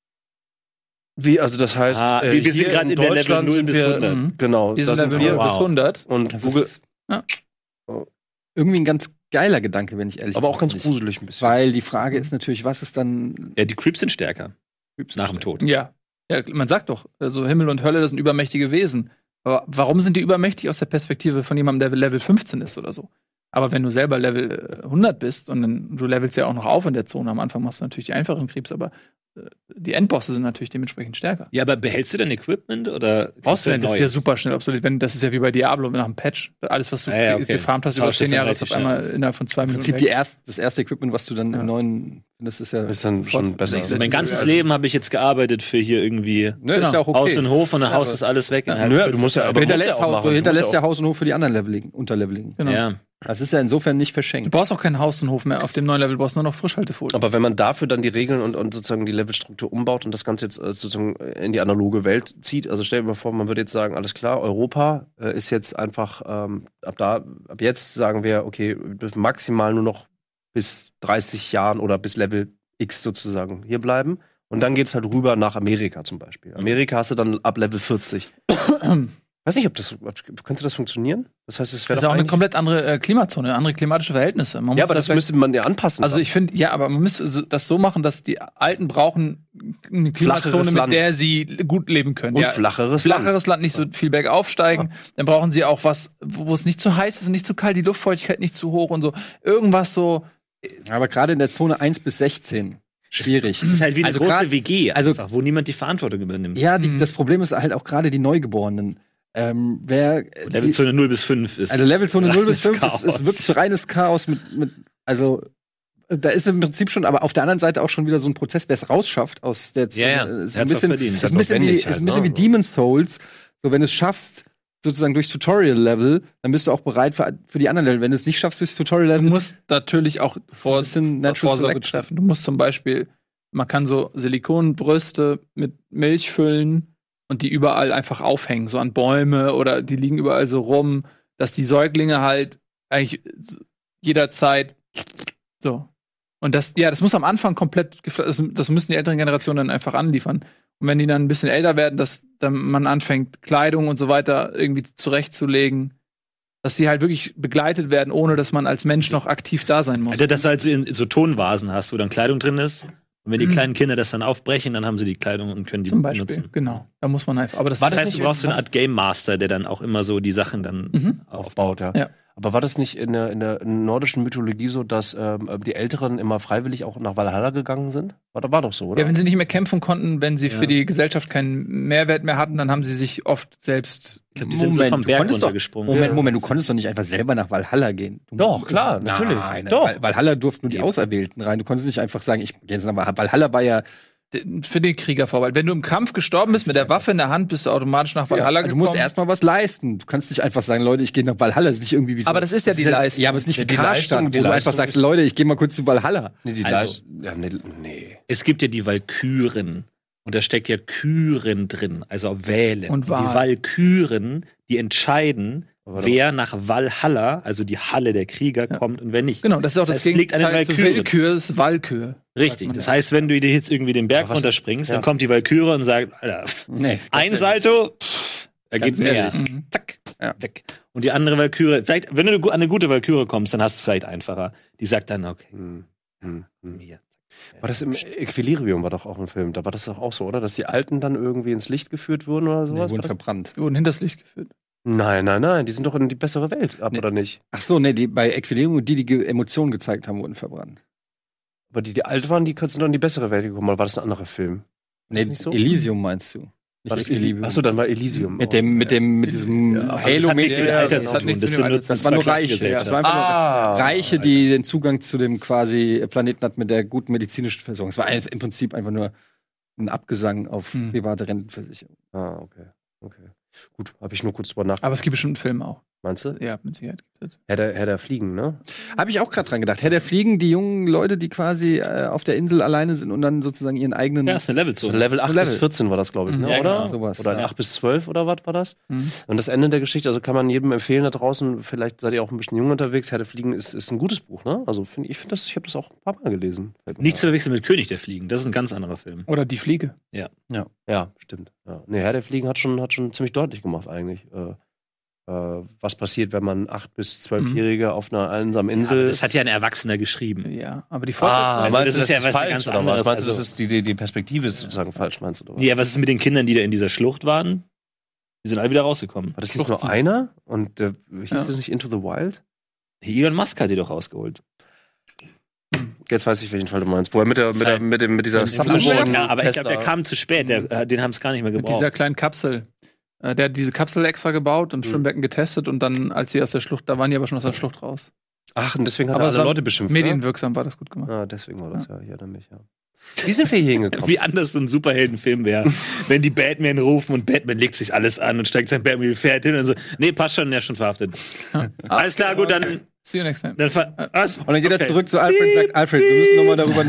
Wie, also das heißt, wir sind hier gerade in der Level 0 bis 100. Genau, Wir sind da Level wir. 0 bis 100. Und Das Google, ist Ja. irgendwie ein ganz geiler Gedanke, wenn ich ehrlich bin. aber auch ganz Nicht. gruselig ein bisschen. Weil die Frage ist natürlich, was ist dann Ja, die Creeps sind stärker. Nach dem Tod. Ja. Ja, man sagt doch, also Himmel und Hölle, das sind übermächtige Wesen. Aber warum sind die übermächtig aus der Perspektive von jemandem, der Level 15 ist oder so? Aber wenn du selber Level 100 bist und dann, du levelst ja auch noch auf in der Zone, am Anfang machst du natürlich die einfachen Krebs, aber die Endbosse sind natürlich dementsprechend stärker. Ja, aber behältst du dein Equipment oder Brauchst du denn? Das ist ja neues? super schnell obsolet. Das ist ja wie bei Diablo nach einem Patch. Alles, was du Okay. gefarmt hast über Tauschst 10 das dann Jahre, ist auf relativ einmal schnell. innerhalb von 2 im Minuten Prinzip weg. das erste Equipment, was du dann Ja. im neuen findest, ist ja Ist dann schon besser. Also Mein ganzes Leben habe ich jetzt gearbeitet für hier irgendwie Ne, ist ja auch okay. Haus und Hof und dann Ja, Haus aber- ist alles weg. Ja. Nö, du musst ja, aber Du musst hinterlässt, ja auch machen. du hinterlässt musst ja Haus und Hof für die anderen Unterleveligen. Genau. Ja. Das ist ja insofern nicht Du verschenkt. brauchst auch keinen Haus und Hof mehr. Auf dem neuen Level brauchst du nur noch Frischhaltefolie. Aber wenn man dafür dann die Regeln und sozusagen die Levelstruktur umbaut und das Ganze jetzt sozusagen in die analoge Welt zieht, also stell dir mal vor, man würde jetzt sagen, alles klar, Europa ist jetzt einfach, ab jetzt sagen wir, okay, wir dürfen maximal nur noch bis 30 Jahren oder bis Level X sozusagen hier bleiben. Und dann geht's halt rüber nach Amerika zum Beispiel. Amerika hast du dann ab Level 40. Weiß nicht, könnte das funktionieren? Das heißt, es Das wäre ist auch eine komplett andere Klimazone, andere klimatische Verhältnisse. Man Ja, muss aber das vielleicht- müsste man ja anpassen. Also dann. ich finde, ja, aber man müsste das so machen, dass die Alten brauchen eine Klimazone, Flacheres mit Land. der sie gut leben können. und Ja, flacheres Land. flacheres Land, nicht so viel bergauf steigen. Dann brauchen sie auch was, wo es nicht zu heiß ist und nicht zu kalt, die Luftfeuchtigkeit nicht zu hoch und so. Irgendwas so. Aber gerade in der Zone 1 bis 16 schwierig. Es ist halt wie eine Also große grad- WG, also- einfach, wo niemand die Verantwortung übernimmt. Ja, das Problem ist halt auch gerade die Neugeborenen. Level Zone 0 bis 5 ist. Also Levelzone 0 bis 5 Chaos. ist wirklich reines Chaos also da ist im Prinzip schon, aber auf der anderen Seite auch schon wieder so ein Prozess, wer es rausschafft aus der Zone. Ja, ja. Ist Er hat's ein auch bisschen, verdient. ist ein bisschen, wie, notwendig ist ein bisschen wie halt, ne? Demon's Souls. So, wenn du es schaffst, sozusagen durchs Tutorial-Level, dann bist du auch bereit für die anderen Level. Wenn du es nicht schaffst durchs Du Tutorial-Level, musst natürlich auch bisschen Natural Vorsorge Selection. treffen. Du musst zum Beispiel, man kann so Silikonbrüste mit Milch füllen und die überall einfach aufhängen, so an Bäume oder die liegen überall so rum, dass die Säuglinge halt eigentlich jederzeit so. Und das muss am Anfang komplett, das müssen die älteren Generationen dann einfach anliefern. Und wenn die dann ein bisschen älter werden, dass dann man anfängt, Kleidung und so weiter irgendwie zurechtzulegen, dass die halt wirklich begleitet werden, ohne dass man als Mensch noch aktiv da sein muss. Also, dass du halt so Tonvasen hast, wo dann Kleidung drin ist. Und wenn die kleinen Kinder das dann aufbrechen, dann haben sie die Kleidung und können die Zum Beispiel, benutzen. genau. Da muss man einfach. Aber das War Das das heißt, nicht- du brauchst so eine Art Game Master, der dann auch immer so die Sachen dann aufbaut, ja. Ja. Aber war das nicht in der nordischen Mythologie so, dass die Älteren immer freiwillig auch nach Valhalla gegangen sind? War doch so, oder? Ja, wenn sie nicht mehr kämpfen konnten, wenn sie für die Gesellschaft keinen Mehrwert mehr hatten, dann haben sie sich oft selbst. Ich glaub, die sind so vom du Berg konntest doch- runtergesprungen. Moment, du konntest doch nicht einfach selber nach Valhalla gehen. Doch, klar, natürlich. Nein, Doch. Valhalla durften nur die Auserwählten rein. Du konntest nicht einfach sagen, ich gehe jetzt nach Valhalla. Valhalla war ja Für den Krieger vorbei. Wenn du im Kampf gestorben bist mit der Waffe in der Hand, bist du automatisch nach Valhalla du gekommen. musst erstmal was leisten. Du kannst nicht einfach sagen, Leute, ich gehe nach Valhalla. Das ist nicht irgendwie wie so, Aber das ist ja die Leistung. Ja, aber es ist nicht Ja, wie die Karstadt, Leistung- wo die du einfach Leistung sagst, ist- Leute, ich gehe mal kurz zu Valhalla. Nee, die Also- nee. Es gibt ja die Walküren. Und da steckt ja Küren drin, also wählen. Und die Wahl. Walküren, die entscheiden, Aber wer nach Valhalla, also die Halle der Krieger, kommt und wer nicht. Genau, das ist auch das, Das heißt, es liegt an den Gegenteil zu Walküren. Willkür, das ist Walkür. Richtig. man Das ja. heißt, wenn du dir jetzt irgendwie den Berg Aber was- runterspringst, ja. dann kommt die Walküre und sagt, Alter, Nee. ein Salto, da Ganz geht mehr. ehrlich. Mhm. Zack, Ja. weg. Und die andere Walküre, vielleicht, wenn du an eine gute Walküre kommst, dann hast du es vielleicht einfacher. Die sagt dann, okay, hier. War das im Equilibrium war doch auch ein Film, da war das doch auch so, oder? Dass die Alten dann irgendwie ins Licht geführt wurden oder Nee, sowas? wurden War das- verbrannt. Die wurden hinters Licht geführt. Nein, die sind doch in die bessere Welt ab, Nee. oder nicht? Ach so, nee, bei Equilibrium, die Emotionen gezeigt haben, wurden verbrannt. Aber die alt waren, die sind doch in die bessere Welt gekommen, oder war das ein anderer Film? Nee, nicht so? Elysium meinst du? Nicht War das Equilibrium. Achso, dann war Elysium. mit diesem Ja, aber Das hat nichts Halo-mäßigen. mit Alter das zu hat tun. nichts Das mit sind dem nur Alter Das war nur Reiche. Ja, Klassengesellschaften. das war einfach nur Reiche, die die den Zugang zu dem quasi Planeten hatten mit der guten medizinischen Versorgung. Es war im Prinzip einfach nur ein Abgesang auf private Rentenversicherung. okay. Gut, habe ich nur kurz drüber nachgedacht. Aber es gibt bestimmt einen Film auch. Meinst du? Ja, mit Sicherheit gibt es. Herr der Fliegen, ne? Habe ich auch gerade dran gedacht. Herr der Fliegen, die jungen Leute, die quasi auf der Insel alleine sind und dann sozusagen ihren eigenen. Ja, ist eine So Levelzone. Level 8 bis 14 war das, glaube ich, ne? Ja, oder? genau. Sowas. Oder Ja. 8 bis 12 oder was war das? Mhm. Und das Ende der Geschichte, also kann man jedem empfehlen da draußen, vielleicht seid ihr auch ein bisschen jung unterwegs, Herr der Fliegen ist ein gutes Buch, ne? Also ich habe das auch ein paar Mal gelesen. Nicht zu verwechseln mit König der Fliegen. Das ist ein ganz anderer Film. Oder Die Fliege. Ja, stimmt. Ja. Nee, Herr der Fliegen hat schon ziemlich deutlich gemacht eigentlich. Was passiert, wenn man 8- bis 12-Jährige auf einer einsamen Insel. Aber das hat ja ein Erwachsener geschrieben. Ja, aber die Fortsetzung. Also meinst das du, ist ja was falsch ganz oder was? anderes. Meinst du, Also- das ist die Perspektive ist sozusagen falsch, meinst du? Oder was? Ja, was ist mit den Kindern, die da in dieser Schlucht waren? Die sind alle wieder rausgekommen. War das nicht Schluchzen. nur einer? Und hieß Ja. das nicht Into the Wild? Elon Musk hat die doch rausgeholt. Jetzt weiß ich, welchen Fall du meinst. Wo er mit dieser Flammenwerfer? Ja, aber ich Tesla- glaube, der kam zu spät. Den haben es gar nicht mehr Mit gebraucht. dieser kleinen Kapsel. Der hat diese Kapsel extra gebaut und Schwimmbecken getestet und dann, als sie aus der Schlucht, da waren die aber schon aus der Schlucht raus. Ach, und deswegen hat Aber er es alle war Leute beschimpft. Medienwirksam war das gut gemacht. Ne? Ah, deswegen war das ja. Ich erinnere mich, ja. Wie sind wir hier hingekommen? Wie anders so ein Superheldenfilm wäre, wenn die Batman rufen und Batman legt sich alles an und steigt sein Batman-Pferd hin und so, nee, passt schon, der ist schon verhaftet. Alles klar, gut, dann See you next time. was? Und dann geht er Okay. zurück zu Alfred und sagt, Alfred, wir müssen nochmal darüber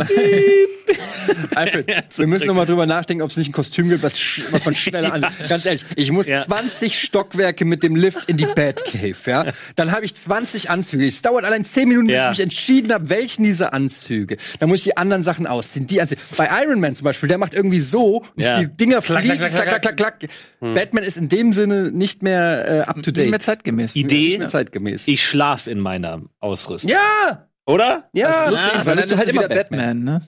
Alfred, wir müssen nochmal drüber nachdenken, ob es nicht ein Kostüm gibt, was man schneller an. Ganz ehrlich, ich muss Ja. 20 Stockwerke mit dem Lift in die Batcave, ja. Dann habe ich 20 Anzüge. Es dauert allein 10 Minuten, bis Ja. ich mich entschieden habe, welchen dieser Anzüge. Dann muss ich die anderen Sachen ausziehen. Die Anzüge. Bei Iron Man zum Beispiel, der macht irgendwie so, und Ja. die Dinger Klack, fliegen, klack, klack, klack, klack, klack, klack. Batman ist in dem Sinne nicht mehr up to Nicht mehr date. zeitgemäß. Idee, Nicht mehr zeitgemäß. ich schlaf in meiner Ausrüstung. Ja! Oder? Ja, Das Lustige lustig, ist, weil weil bist dann du halt ist immer wieder Batman, ne?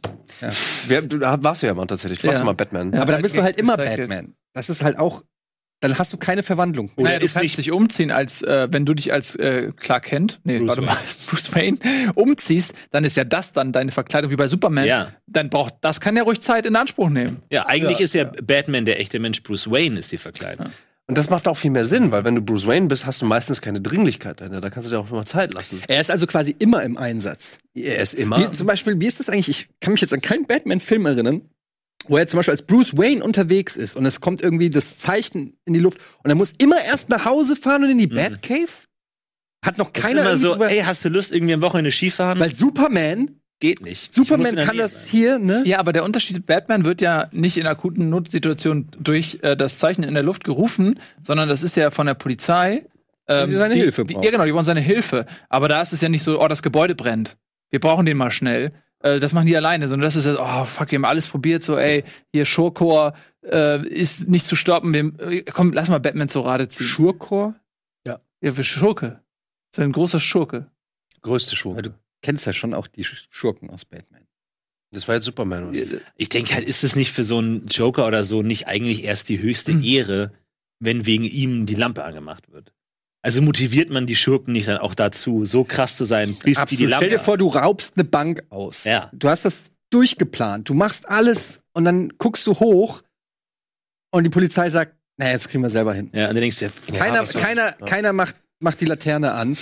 Du warst ja mal tatsächlich. Du warst Ja. mal Batman. Ja. Aber dann bist du halt immer Recycelt. Batman. Das ist halt auch, dann hast du keine Verwandlung. Oder Naja, du ist kannst nicht- dich umziehen, als wenn du dich als Clark Kent, Bruce warte mal, Bruce Wayne umziehst, dann ist ja das dann deine Verkleidung wie bei Superman. Ja. Dann das kann ja ruhig Zeit in Anspruch nehmen. Ja, eigentlich ist ja Batman der echte Mensch. Bruce Wayne ist die Verkleidung. Und das macht auch viel mehr Sinn, weil wenn du Bruce Wayne bist, hast du meistens keine Dringlichkeit dahinter. Da kannst du dir auch mal Zeit lassen. Er ist also quasi immer im Einsatz. Er ist immer. Wie ist das eigentlich? Ich kann mich jetzt an keinen Batman-Film erinnern, wo er zum Beispiel als Bruce Wayne unterwegs ist und es kommt irgendwie das Zeichen in die Luft und er muss immer erst nach Hause fahren und in die Batcave? Hat noch Das keiner ist immer irgendwie so, drüber, ey, hast du Lust, irgendwie am Wochenende Skifahren? weil Superman Geht nicht. Ich muss Superman in der kann Nähe das sein. hier, ne? Ja, aber der Unterschied, Batman wird ja nicht in akuten Notsituationen durch das Zeichen in der Luft gerufen, sondern das ist ja von der Polizei. Weil sie seine Hilfe brauchen. Ja, genau, die brauchen seine Hilfe. Aber da ist es ja nicht so, oh, das Gebäude brennt. Wir brauchen den mal schnell. Das machen die alleine, sondern das ist ja, oh, fuck, wir haben alles probiert, so, ey, hier Schurkor ist nicht zu stoppen. Komm, lass mal Batman zur Rate ziehen. Schurkor? Ja, für Schurke. Das ist ein großer Schurke. Größte Schurke. Du kennst ja schon auch die Schurken aus Batman. Das war jetzt Superman. Oder? Ich denke halt, ist es nicht für so einen Joker oder so nicht eigentlich erst die höchste Ehre, wenn wegen ihm die Lampe angemacht wird? Also motiviert man die Schurken nicht dann auch dazu, so krass zu sein, bis die Lampe. Stell dir vor, du raubst eine Bank aus. Ja. Du hast das durchgeplant. Du machst alles und dann guckst du hoch und die Polizei sagt, naja, jetzt kriegen wir selber hin. Ja, und dann denkst du, Keiner macht die Laterne an.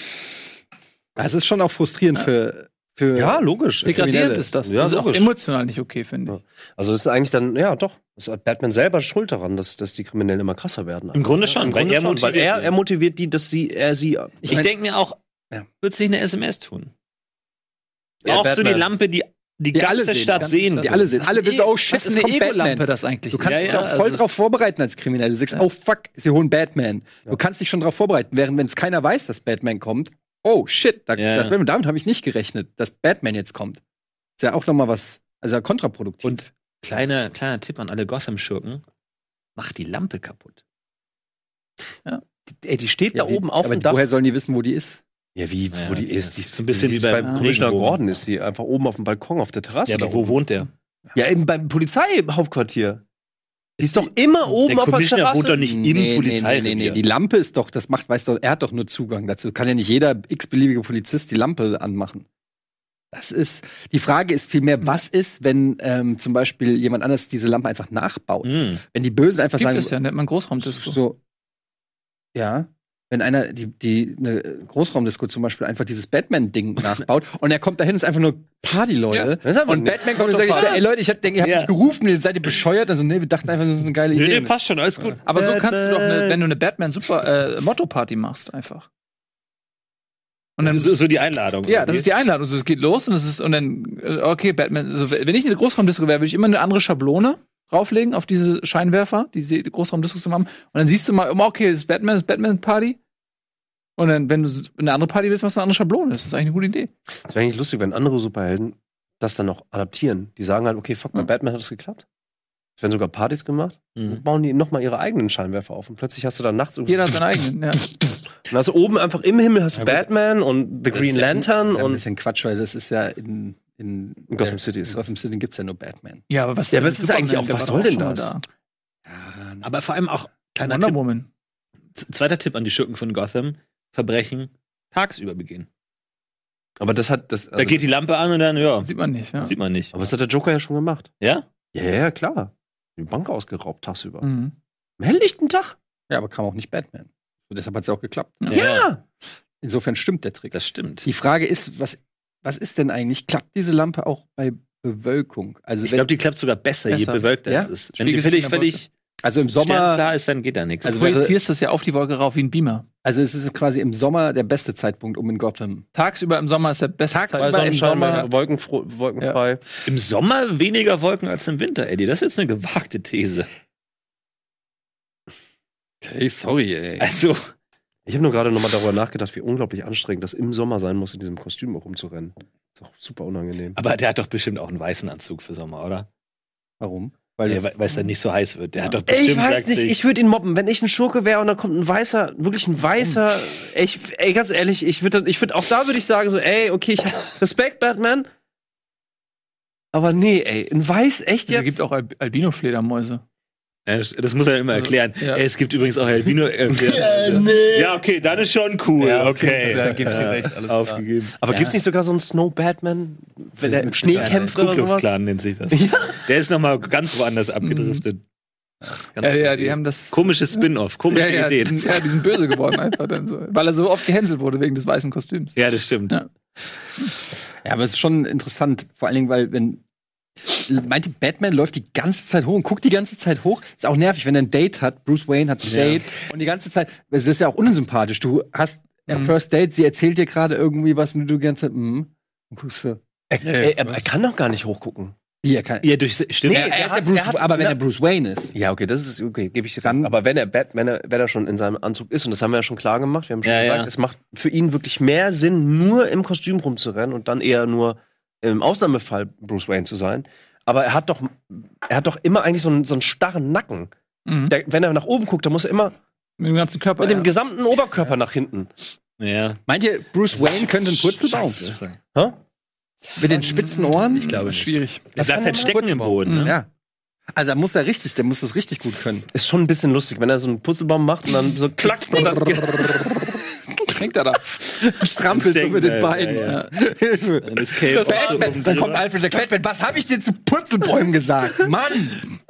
Das ist schon auch frustrierend für Ja, logisch. Degradierend Kriminelle. ist das. Ja, das ist auch logisch. emotional nicht okay, finde ich. Also das ist eigentlich dann, ja doch, ist Batman selber schuld daran, dass die Kriminellen immer krasser werden. Im Grunde schon, Im weil Grunde er schon, motiviert weil die. er motiviert die, dass er sie. ich denke mir auch, Ja. würdest du nicht eine SMS tun? Ja, auch so Batman. die Lampe, die alle ganze sehen, Stadt ganze sehen Stadt. Die will. alle sind. Alle wissen, oh shit, Das ist es eine kommt Ego-Lampe, Batman. das eigentlich. Du kannst Ja, dich ja, auch voll also drauf vorbereiten als Krimineller. Du sagst, oh fuck, sie holen Batman. Du kannst dich schon drauf vorbereiten, während wenn es keiner weiß, dass Batman kommt. Oh shit, Ja. damit habe ich nicht gerechnet, dass Batman jetzt kommt. Ist ja auch noch mal was, also kontraproduktiv. Und kleiner Tipp an alle Gotham-Schurken: Mach die Lampe kaputt. Ey, die steht Ja, da oben auf aber dem Dach. woher sollen die wissen, wo die ist? Ja, wie, wo die ist? Die ist so ein bisschen wie beim Commissioner Regenbogen. Gordon ist die einfach oben auf dem Balkon auf der Terrasse. Ja, aber wo wohnt der? Ja, eben beim Polizeihauptquartier. Die ist doch immer oben Der auf der Commissioner Terrasse. wohnt doch nicht im Polizeirevier. Die Lampe ist doch, das macht, weißt du, er hat doch nur Zugang dazu. Kann ja nicht jeder x-beliebige Polizist die Lampe anmachen. Das ist, die Frage ist vielmehr, was ist, wenn zum Beispiel jemand anders diese Lampe einfach nachbaut? Mhm. Wenn die Bösen einfach Gibt sagen, es ja, nennt man Großraumdisco. so, ja, wenn einer eine Großraumdisco zum Beispiel einfach dieses Batman-Ding nachbaut und er kommt dahin und ist einfach nur Party, Leute. Das ist aber Und nicht- Batman kommt und sagt, ey Leute, ich hab mich Ja. gerufen, seid ihr bescheuert? Also nee, wir dachten einfach, das ist eine geile Idee. passt schon, alles gut. Aber so kannst du doch, wenn du eine Batman-Motto-Party machst, einfach. Und dann, so die Einladung. ja, das ist die Einladung. Also, es geht los und dann, okay, Batman. Also, wenn ich eine Großraumdisco wäre, würde ich immer eine andere Schablone drauflegen auf diese Scheinwerfer, die Großraumdiscos haben. Und dann siehst du mal, okay, das ist Batman-Party. Und dann, wenn du eine andere Party willst, machst du eine andere Schablone. Das ist eigentlich eine gute Idee. Das wäre eigentlich lustig, wenn andere Superhelden das dann noch adaptieren. Die sagen halt, okay, fuck, bei Batman hat das geklappt. Es werden sogar Partys gemacht. Und bauen die nochmal ihre eigenen Scheinwerfer auf. Und plötzlich hast du dann nachts irgendwie. Jeder hat seinen eigenen, ja. Und hast du oben einfach im Himmel hast du Batman und The Green Lantern Das ist ja ein und bisschen Quatsch, weil das ist ja in Gotham City. In Gotham City gibt's ja nur Batman. Ja, aber was Ja, aber es ist eigentlich auch, der was war soll doch denn schon mal das? da. Aber vor allem auch, kleiner Wonder Tipp, Woman. zweiter Tipp an die Schurken von Gotham: Verbrechen tagsüber begehen. Aber das hat das. Da geht die Lampe an und dann, ja, Sieht man nicht, ja. sieht man nicht. Aber das hat der Joker ja schon gemacht. Ja? Ja, klar. Die Bank ausgeraubt tagsüber. Mhm. Am helllichten Tag. Ja, aber kam auch nicht Batman. Und deshalb hat's ja auch geklappt. Ja. Insofern stimmt der Trick. Das stimmt. Die Frage ist, was ist denn eigentlich? Klappt diese Lampe auch bei Bewölkung? Also Ich glaube, die klappt sogar besser, je Besser. bewölkter Ja? es ist. Wenn die Spiegelt sich in der völlig also im Sommer, sternklar ist, dann geht da nichts. Also Du projizierst das ja auf die Wolke rauf wie ein Beamer. also es ist quasi im Sommer der beste Zeitpunkt, um in Gotham. Tagsüber im Sommer ist der beste Tagsüber Zeitpunkt. im Sommer- ja. Wolkenfrei. Im Sommer weniger Wolken als im Winter, Eddie. Das ist jetzt eine gewagte These. Okay, sorry, ey. Also, Ich habe nur gerade nochmal darüber nachgedacht, wie unglaublich anstrengend das im Sommer sein muss, in diesem Kostüm auch rumzurennen. Ist doch super unangenehm. aber der hat doch bestimmt auch einen weißen Anzug für Sommer, oder? Warum? Weil das- es dann nicht so heiß wird. Der hat doch Ich bestimmt weiß sagt nicht, sich, ich würde ihn mobben. Wenn ich ein Schurke wäre und dann kommt wirklich ein weißer, ey, ganz ehrlich, auch da würde ich sagen so, ey, okay, ich hab Respekt, Batman. Aber nee, ey, ein Weiß, echt Es jetzt? gibt auch Albino-Fledermäuse. Das muss er immer erklären. Ja. Es gibt übrigens auch Albino. Ja, okay, dann ist schon cool. Okay. Da gebe ich dir recht, alles klar. Aufgegeben. Aber gibt's nicht sogar so einen Snow-Batman, wenn der im Schnee kämpft oder sowas? Clan nennt sich das. Der ist nochmal ganz woanders abgedriftet. Ganz Ja, die haben das. komisches Spin-off, komische Idee. Die sind böse geworden einfach dann so. Weil er so oft gehänselt wurde wegen des weißen Kostüms. Ja, das stimmt. Ja. Ja, aber es ist schon interessant, vor allen Dingen, weil meinte Batman läuft die ganze Zeit hoch und guckt die ganze Zeit hoch. Ist auch nervig, wenn er ein Date hat. Bruce Wayne hat ein Date und die ganze Zeit. Es ist ja auch unsympathisch. Du hast First Date, sie erzählt dir gerade irgendwie was und du die ganze Zeit, und guckst du. Er kann doch gar nicht hochgucken. Wie, er kann. Ja, stimmt. Nee, Er ist ja Bruce, aber wenn er Bruce Wayne ist. Ja, okay, das ist okay, gebe ich dir Dann- dann. Aber wenn er schon in seinem Anzug ist, und das haben wir ja schon klar gemacht, wir haben schon Ja, gesagt, ja. es macht für ihn wirklich mehr Sinn, nur im Kostüm rumzurennen und dann eher nur im Ausnahmefall Bruce Wayne zu sein. Aber er hat doch immer eigentlich so einen starren Nacken. Mhm. Wenn er nach oben guckt, dann muss er immer Mit dem ganzen Körper. mit dem gesamten Oberkörper nach hinten. Ja. Meint ihr, Bruce Wayne könnte einen Purzelbaum? Hä? Mit den spitzen Ohren? Ich glaube nicht. Schwierig. Der bleibt halt stecken im Boden. Ne? Ja. Also der muss das richtig gut können. Ist schon ein bisschen lustig, wenn er so einen Purzelbaum macht und dann so klack und dann Hängt er da. Strampelt so mit den Beinen. Ja. Hilfe. Und das Cape auch so Batman, oben dann kommt drüber. Alfred und sagt, Batman, was habe ich dir zu Purzelbäumen gesagt? Mann!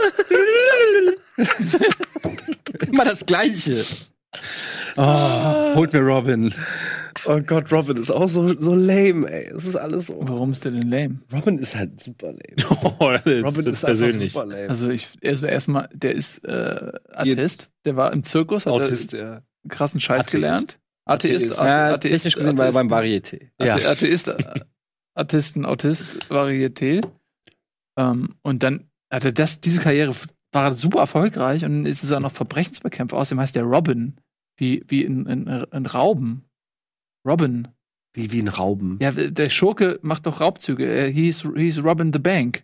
Immer das Gleiche. Oh, holt mir Robin. Oh Gott, Robin ist auch so lame, ey. Es ist alles so. Warum ist der denn lame? Robin ist halt super lame. Oh, das Robin ist persönlich. super lame. Also erstmal, der ist Atheist. Der war im Zirkus, hat Autist, ja. krassen Scheiß Atheist. gelernt. Atheist. Ja, technisch gesehen war er beim Varieté. Ja. Atheist, Autist, Varieté. Und dann hat er diese Karriere war super erfolgreich und ist er noch Verbrechensbekämpfer. Außerdem heißt der Robin, wie in Rauben. Robin. Wie ein Rauben. Ja, der Schurke macht doch Raubzüge. He's Robin the Bank.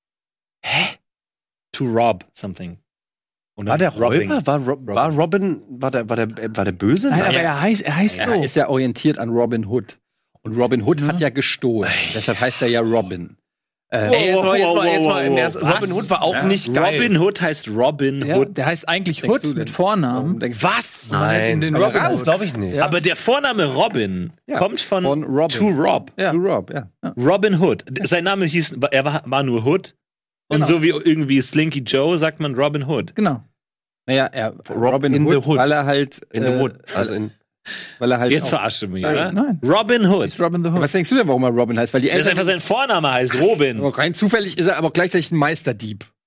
To rob something. Und War dann der robbing. Räuber? War Robin, war der Böse? Nein, aber er heißt Er so. ist ja orientiert an Robin Hood. Und Robin Hood hat ja gestohlen. Deshalb heißt er ja Robin. Ey, jetzt mal im wow, Ernst. was? Robin Hood war auch nicht geil. Robin Hood heißt Robin Ja, Hood. der heißt eigentlich denkst Hood du denn? mit Vornamen. Was? Nein, Den aber Robin das Hood. glaube ich nicht. Ja. Aber der Vorname Robin Ja, kommt von Robin. To Rob. Ja. To Rob, ja. Robin Hood. Sein Name hieß, er war nur Hood. Und Genau. so wie irgendwie Slinky Joe sagt man Robin Hood. Genau. Naja, Robin in the Hood, Hood. weil er halt. In the Wood. Also Weil er halt. Jetzt auch, verarsche mich, Nein, oder? nein. Robin Hood. Ist Robin the Hood. was denkst du denn, warum er Robin heißt? Weil die Das ist Eltern. einfach sein Vorname heißt Robin. Aber rein zufällig ist er aber gleichzeitig ein Meisterdieb.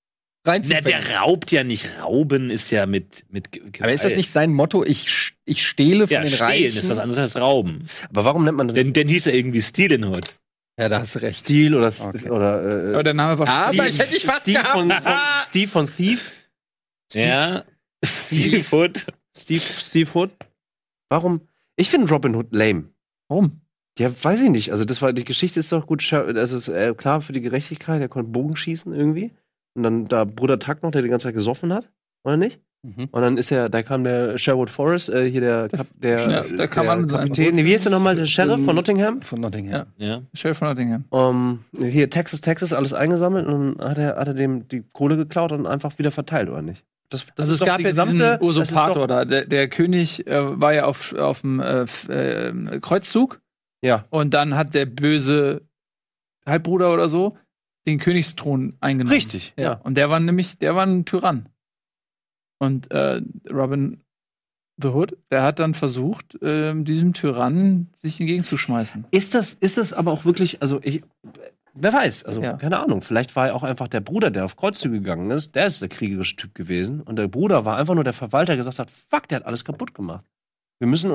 reinzubringen. der raubt ja nicht. Rauben ist ja mit Aber ist das nicht sein Motto? Ich stehle von den stehlen Reichen? ist was anderes als Rauben. Aber warum nennt man das? Denn hieß er irgendwie Stealing Hood. Ja, da hast du recht. Stil oder Aber der Name war Aber ich hätte dich fast Steve gehabt. Steve von Thief. Ja. Stealing Hood. Steve Hood. Warum? Ich finde Robin Hood lame. Warum? Ja, weiß ich nicht. Also die Geschichte ist doch gut. Also ist klar für die Gerechtigkeit. Er konnte Bogen schießen irgendwie. Und dann da Bruder Tuck noch, der die ganze Zeit gesoffen hat, oder nicht? Mhm. Und dann da kam der Sherwood Forest, hier da kam an mit seinem Kapitän. Nee, wie ist der nochmal? Der Sheriff von Nottingham? Von Nottingham. Ja. Sheriff von Nottingham. Hier Texas, alles eingesammelt und dann hat er dem die Kohle geklaut und einfach wieder verteilt, oder nicht? Das Also es ist doch gab die ja diesen gesamte Usurpator da. Der König war ja auf dem Kreuzzug. Ja. Und dann hat der böse Halbbruder oder so den Königsthron eingenommen. Richtig, ja. Und der war ein Tyrann. Und Robin the Hood, der hat dann versucht, diesem Tyrannen sich entgegenzuschmeißen. Ist das aber auch wirklich, also wer weiß, also Ja. keine Ahnung, vielleicht war ja auch einfach der Bruder, der auf Kreuzzüge gegangen ist, der ist der kriegerische Typ gewesen und der Bruder war einfach nur der Verwalter, der gesagt hat, fuck, der hat alles kaputt gemacht. Wir müssen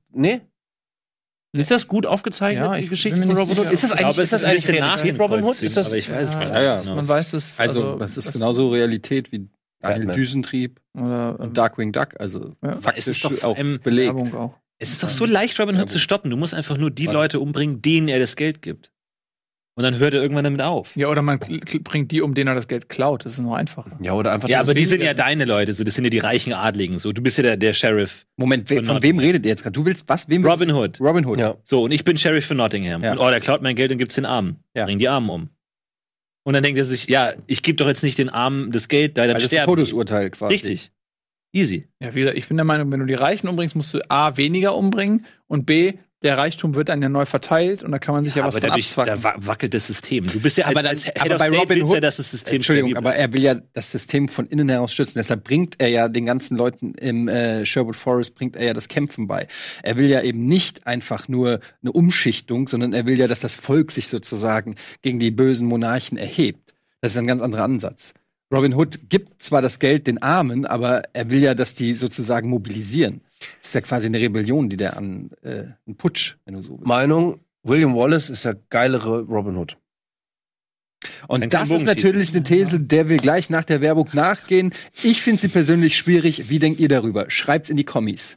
Ist das gut aufgezeichnet, Ja, die ich Geschichte bin mir von nicht Robin Hood? sicher. Ist das eigentlich Realität, Robin Hood? Ist das, aber ich weiß es nicht. Ja. Man weiß es. Also, das ist genauso Realität wie Daniel Batman. Düsentrieb Oder und Darkwing Duck. Also Ja. faktisch Es ist doch auch im belegt. Werbung auch. Es ist doch so leicht, Robin Hood zu stoppen. Du musst einfach nur die Leute umbringen, denen er das Geld gibt. Und dann hört er irgendwann damit auf. Ja, oder man bringt die um, denen er das Geld klaut. Das ist noch einfacher. Ja, oder einfach Ja, das aber die sind weniger- ja deine Leute. So, das sind ja die reichen Adligen. So, du bist ja der Sheriff. Moment, Von von wem redet ihr jetzt gerade? Du willst was? Wem willst Robin Hood. du? Robin Hood. Ja. So, und ich bin Sheriff von Nottingham. Ja. Und der klaut mein Geld und gibt's den Armen. Ja. Bring die Armen um. Und dann denkt er sich, ja, ich gebe doch jetzt nicht den Armen das Geld, da dann Also das ist ein sterben. die. Todesurteil quasi. Richtig. Easy. Ja, wie gesagt, ich bin der Meinung, wenn du die Reichen umbringst, musst du A, weniger umbringen und B, der Reichtum wird dann ja neu verteilt und da kann man sich ja was aber von dadurch abzwacken. da wackelt das System. Du bist ja Aber als Head aber of bei State Robin willst Hood, ja, dass das System Entschuldigung, stabil aber er will ja das System von innen heraus stützen. Deshalb bringt er ja den ganzen Leuten im Sherwood Forest bringt er ja das Kämpfen bei. Er will ja eben nicht einfach nur eine Umschichtung, sondern er will ja, dass das Volk sich sozusagen gegen die bösen Monarchen erhebt. Das ist ein ganz anderer Ansatz. Robin Hood gibt zwar das Geld den Armen, aber er will ja, dass die sozusagen mobilisieren. Das ist ja quasi eine Rebellion, die der ein Putsch, wenn du so willst. Meinung, William Wallace ist der geilere Robin Hood. Und Dann das kann ist Bogen natürlich schießen. eine These, der wir gleich nach der Werbung nachgehen. Ich finde sie persönlich schwierig. Wie denkt ihr darüber? Schreibt's in die Kommis.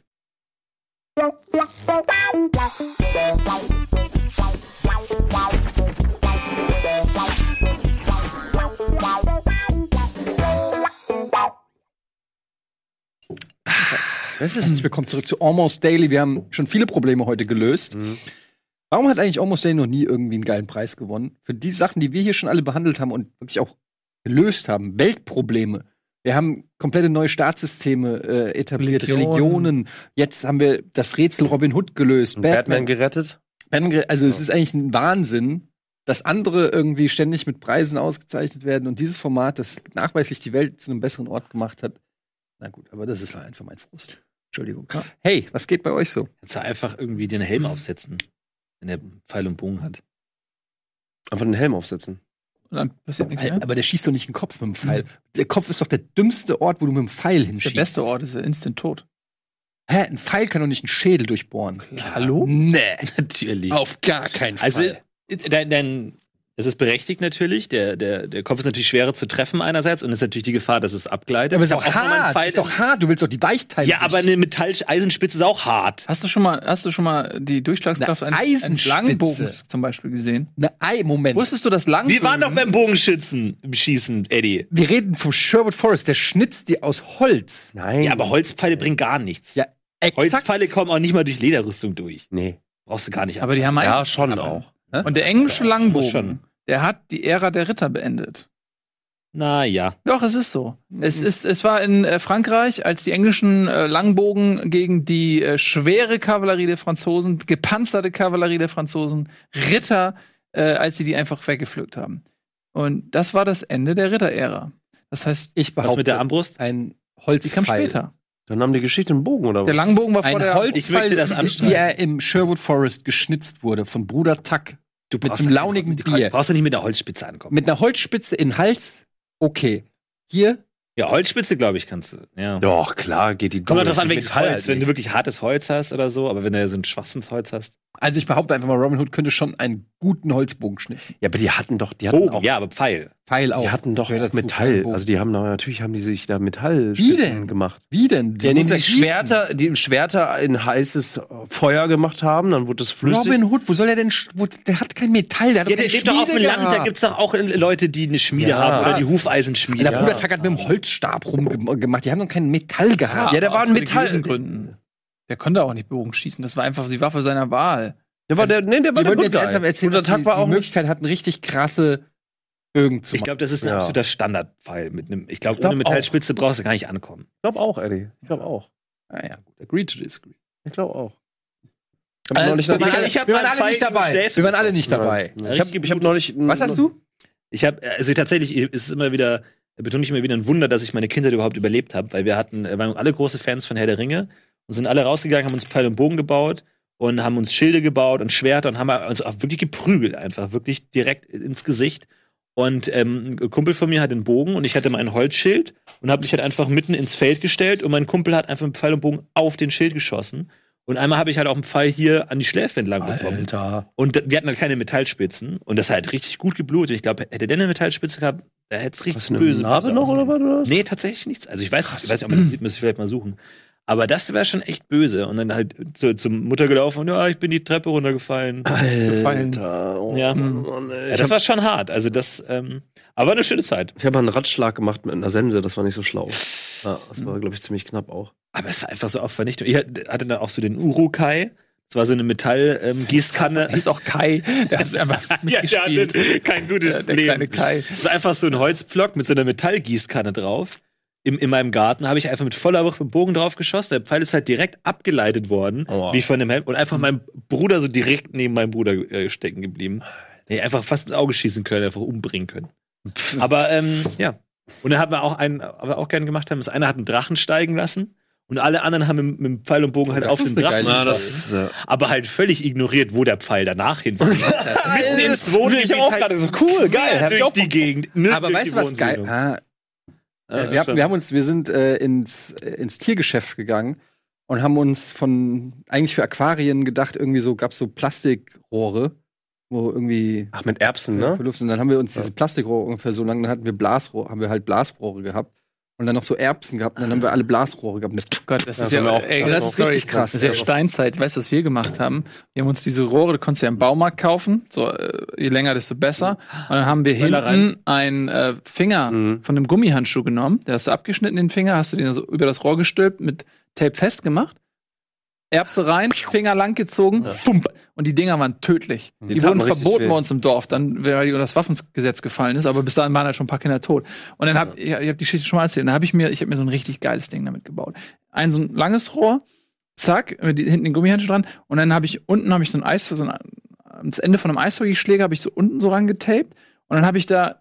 Herzlich willkommen zurück zu Almost Daily. Wir haben schon viele Probleme heute gelöst. Warum hat eigentlich Almost Daily noch nie irgendwie einen geilen Preis gewonnen? Für die Sachen, die wir hier schon alle behandelt haben und wirklich auch gelöst haben, Weltprobleme. Wir haben komplette neue Staatssysteme etabliert, Religionen. Jetzt haben wir das Rätsel Robin Hood gelöst. Batman gerettet. Also es ist eigentlich ein Wahnsinn, dass andere irgendwie ständig mit Preisen ausgezeichnet werden und dieses Format, das nachweislich die Welt zu einem besseren Ort gemacht hat. Na gut, aber das ist einfach mein Frust. Entschuldigung. Hey, was geht bei euch so? Kannst du einfach irgendwie den Helm aufsetzen, wenn der Pfeil und Bogen hat. Einfach den Helm aufsetzen. Und dann passiert nichts mehr. Aber der schießt doch nicht den Kopf mit dem Pfeil. Der Kopf ist doch der dümmste Ort, wo du mit dem Pfeil Der hinschießt. beste Ort ist ja instant tot. Hä? Ein Pfeil kann doch nicht einen Schädel durchbohren. Hallo? Nee, Natürlich. auf gar keinen Fall. Also, es ist berechtigt natürlich. Der Kopf ist natürlich schwerer zu treffen einerseits und es ist natürlich die Gefahr, dass es abgleitet. aber es ist auch nochmal ein hart. Pfeil Ist doch hart. Du willst doch die Weichteile. Ja, aber eine Metall-Eisenspitze ist auch hart. Hast du schon mal die Durchschlagskraft Eine eines Eisenspitze. Langbogens zum Beispiel gesehen? Moment. Wusstest du, dass Langbögen... Wir waren doch beim Bogenschießen, Eddie. Wir reden vom Sherwood Forest. Der schnitzt die aus Holz. Nein. Ja, aber Holzpfeile bringen gar nichts. Ja, exakt. Holzpfeile kommen auch nicht mal durch Lederrüstung durch. Nee. Brauchst du gar nicht. Aber die haben Ja, eigentlich... schon auch. Und der englische Muss Langbogen, schon. der hat die Ära der Ritter beendet. Naja. Doch, es ist so. Es war in Frankreich, als die englischen Langbogen gegen die schwere Kavallerie der Franzosen, gepanzerte Kavallerie der Franzosen, Ritter, als sie die einfach weggepflückt haben. Und das war das Ende der Ritterära. Das heißt, Ich behaupte, Was mit der Armbrust? ein die Holzpfeil. kam später. Dann haben die Geschichte einen Bogen, oder was? Der Langbogen war vor Ein der... Ich möchte das Holzpfeil, anstreichen. wie er im Sherwood Forest geschnitzt wurde von Bruder Tuck. Du Mit einem launigen Bier. Brauchst du nicht mit der Holzspitze ankommen. Mit einer Holzspitze in den Hals, okay. Hier? Ja, Holzspitze, glaube ich, kannst du. Ja. Doch, klar, geht die Kommt durch. drauf an, welches Metall Holz. halt Wenn du nicht. wirklich hartes Holz hast oder so, aber wenn du so ein Schwachsinnsholz hast. Also ich behaupte einfach mal, Robin Hood könnte schon einen guten Holzbogen schnitzen. Ja, aber die hatten Bogen, auch, ja, aber Pfeil. Pfeil auch. die hatten doch Gehört auch dazu, Metall. Bogen. Also die haben natürlich haben die sich da Wie Metallspitzen denn? gemacht. Wie denn? Ja, indem musst die schießen. die Schwerter in heißes Feuer gemacht haben, dann wurde das flüssig. Robin Hood, wo soll er denn? Der hat kein Metall, der hat Ja, doch der keine lebt doch auf dem Schmiede Land, da gehabt. gibt's doch auch Leute, die eine Schmiede Ja. haben oder die Hufeisenschmiede. Der Ja. Bruder Tag hat mit dem Holzstab rumgemacht. Die haben doch kein Metall gehabt. Ja, der war aus ein Metall- religiösen Gründen. Der konnte auch nicht Bogen schießen. Das war einfach die Waffe seiner Wahl. Der war der Wir der wollten Good jetzt Guy. ernsthaft erzählen, Bruder dass Tag die, war die auch nicht. Möglichkeit hatten, richtig krasse Bögen zu Ich machen. glaube, das ist ein Ja. absoluter Standardpfeil. Ich glaube, glaub ohne Metallspitze brauchst du gar nicht ankommen. Ich glaube auch, Eddie. Ich glaube auch. Naja, gut. Agree to disagree. Ich glaube auch. Wir waren alle nicht Pfeil dabei. Schläfe Wir waren alle nicht dabei. Nein. Ich hab neulich. Was hast du? Ich habe, also tatsächlich ist es immer wieder, betone ich immer wieder ein Wunder, dass ich meine Kindheit überhaupt überlebt habe, weil wir waren alle große Fans von Herr der Ringe und sind alle rausgegangen, haben uns Pfeil und Bogen gebaut und haben uns Schilde gebaut und Schwerter und haben uns auch wirklich geprügelt, einfach wirklich direkt ins Gesicht. Und ein Kumpel von mir hat einen Bogen und ich hatte mein Holzschild und habe mich halt einfach mitten ins Feld gestellt und mein Kumpel hat einfach mit Pfeil und Bogen auf den Schild geschossen. Und einmal habe ich halt auch einen Pfeil hier an die Schläfe entlang bekommen. Alter. Und wir hatten halt keine Metallspitzen. Und das hat halt richtig gut geblutet. Ich glaube, hätte der eine Metallspitze gehabt, da hätte es richtig Hast du eine böse Narbe noch oder was? Nee, tatsächlich nichts. Also ich weiß nicht, ob man das sieht, müsste ich vielleicht mal suchen. Aber das wäre schon echt böse. Und dann halt zur Mutter gelaufen und ja, ich bin die Treppe runtergefallen. Alter. Oh, Ja. Mann, ey. Ja, das war schon hart. Also das, aber eine schöne Zeit. Ich habe mal einen Ratschlag gemacht mit einer Sense, das war nicht so schlau. Ja, das war, glaube ich, ziemlich knapp auch. Aber es war einfach so auf Vernichtung. Ich hatte dann auch so den Urukai. Das war so eine Metallgießkanne. Hieß auch Kai. Der hat einfach mitgespielt. hatte kein gutes Der Leben. kleine Kai. Das war einfach so ein Holzpflock mit so einer Metallgießkanne drauf. In meinem Garten habe ich einfach mit voller Wucht mit dem Bogen drauf geschossen. Der Pfeil ist halt direkt abgeleitet worden, Oh. wie von dem Helm. Und einfach mein Bruder so direkt neben meinem Bruder stecken geblieben. Nee, einfach fast ins Auge schießen können, einfach umbringen können. Aber ja. Und dann haben wir auch was wir auch gerne gemacht haben, ist einer hat einen Drachen steigen lassen und alle anderen haben mit dem Pfeil und Bogen halt Das auf ist den eine Drachen geile geschossen. Aber halt völlig ignoriert, wo der Pfeil danach hinfliegt. Mitten ins Wohngebiet. Ich hab auch gerade so, cool, geil, hab ich Durch auch die Gegend. Aber weißt du, was geil? Wir sind ins Tiergeschäft gegangen und haben uns eigentlich für Aquarien gedacht, irgendwie so, gab's so Plastikrohre, wo irgendwie Ach, mit Erbsen, ne? für Luft. Und dann haben wir uns diese Plastikrohre ungefähr so lange, dann hatten wir haben wir halt Blasrohre gehabt. Und dann noch so Erbsen gehabt. Und dann haben wir alle Blasrohre gehabt. Gott, das Ja, ist ja haben wir auch- ey, das ist sorry, richtig krass. Das ist ja Steinzeit. Weißt du, was wir gemacht haben? Wir haben uns diese Rohre, die konntest du ja im Baumarkt kaufen. So, je länger, desto besser. Und dann haben wir hinten einen Finger von einem Gummihandschuh genommen. Der hast du abgeschnitten, den Finger, hast du den so über das Rohr gestülpt, mit Tape festgemacht. Erbse rein, Finger lang gezogen, fump. Und die Dinger waren tödlich. Die taten wurden richtig verboten weh. bei uns im Dorf, dann, weil die unter das Waffengesetz gefallen ist, aber bis dahin waren halt schon ein paar Kinder tot. Und dann ich hab die Geschichte schon mal erzählt, dann habe ich mir so ein richtig geiles Ding damit gebaut. So ein langes Rohr, zack, hinten den Gummihandschuh dran, und dann habe ich so ein ans Ende von einem Eishockeyschläger habe ich so unten so rangetaped, und dann habe ich da,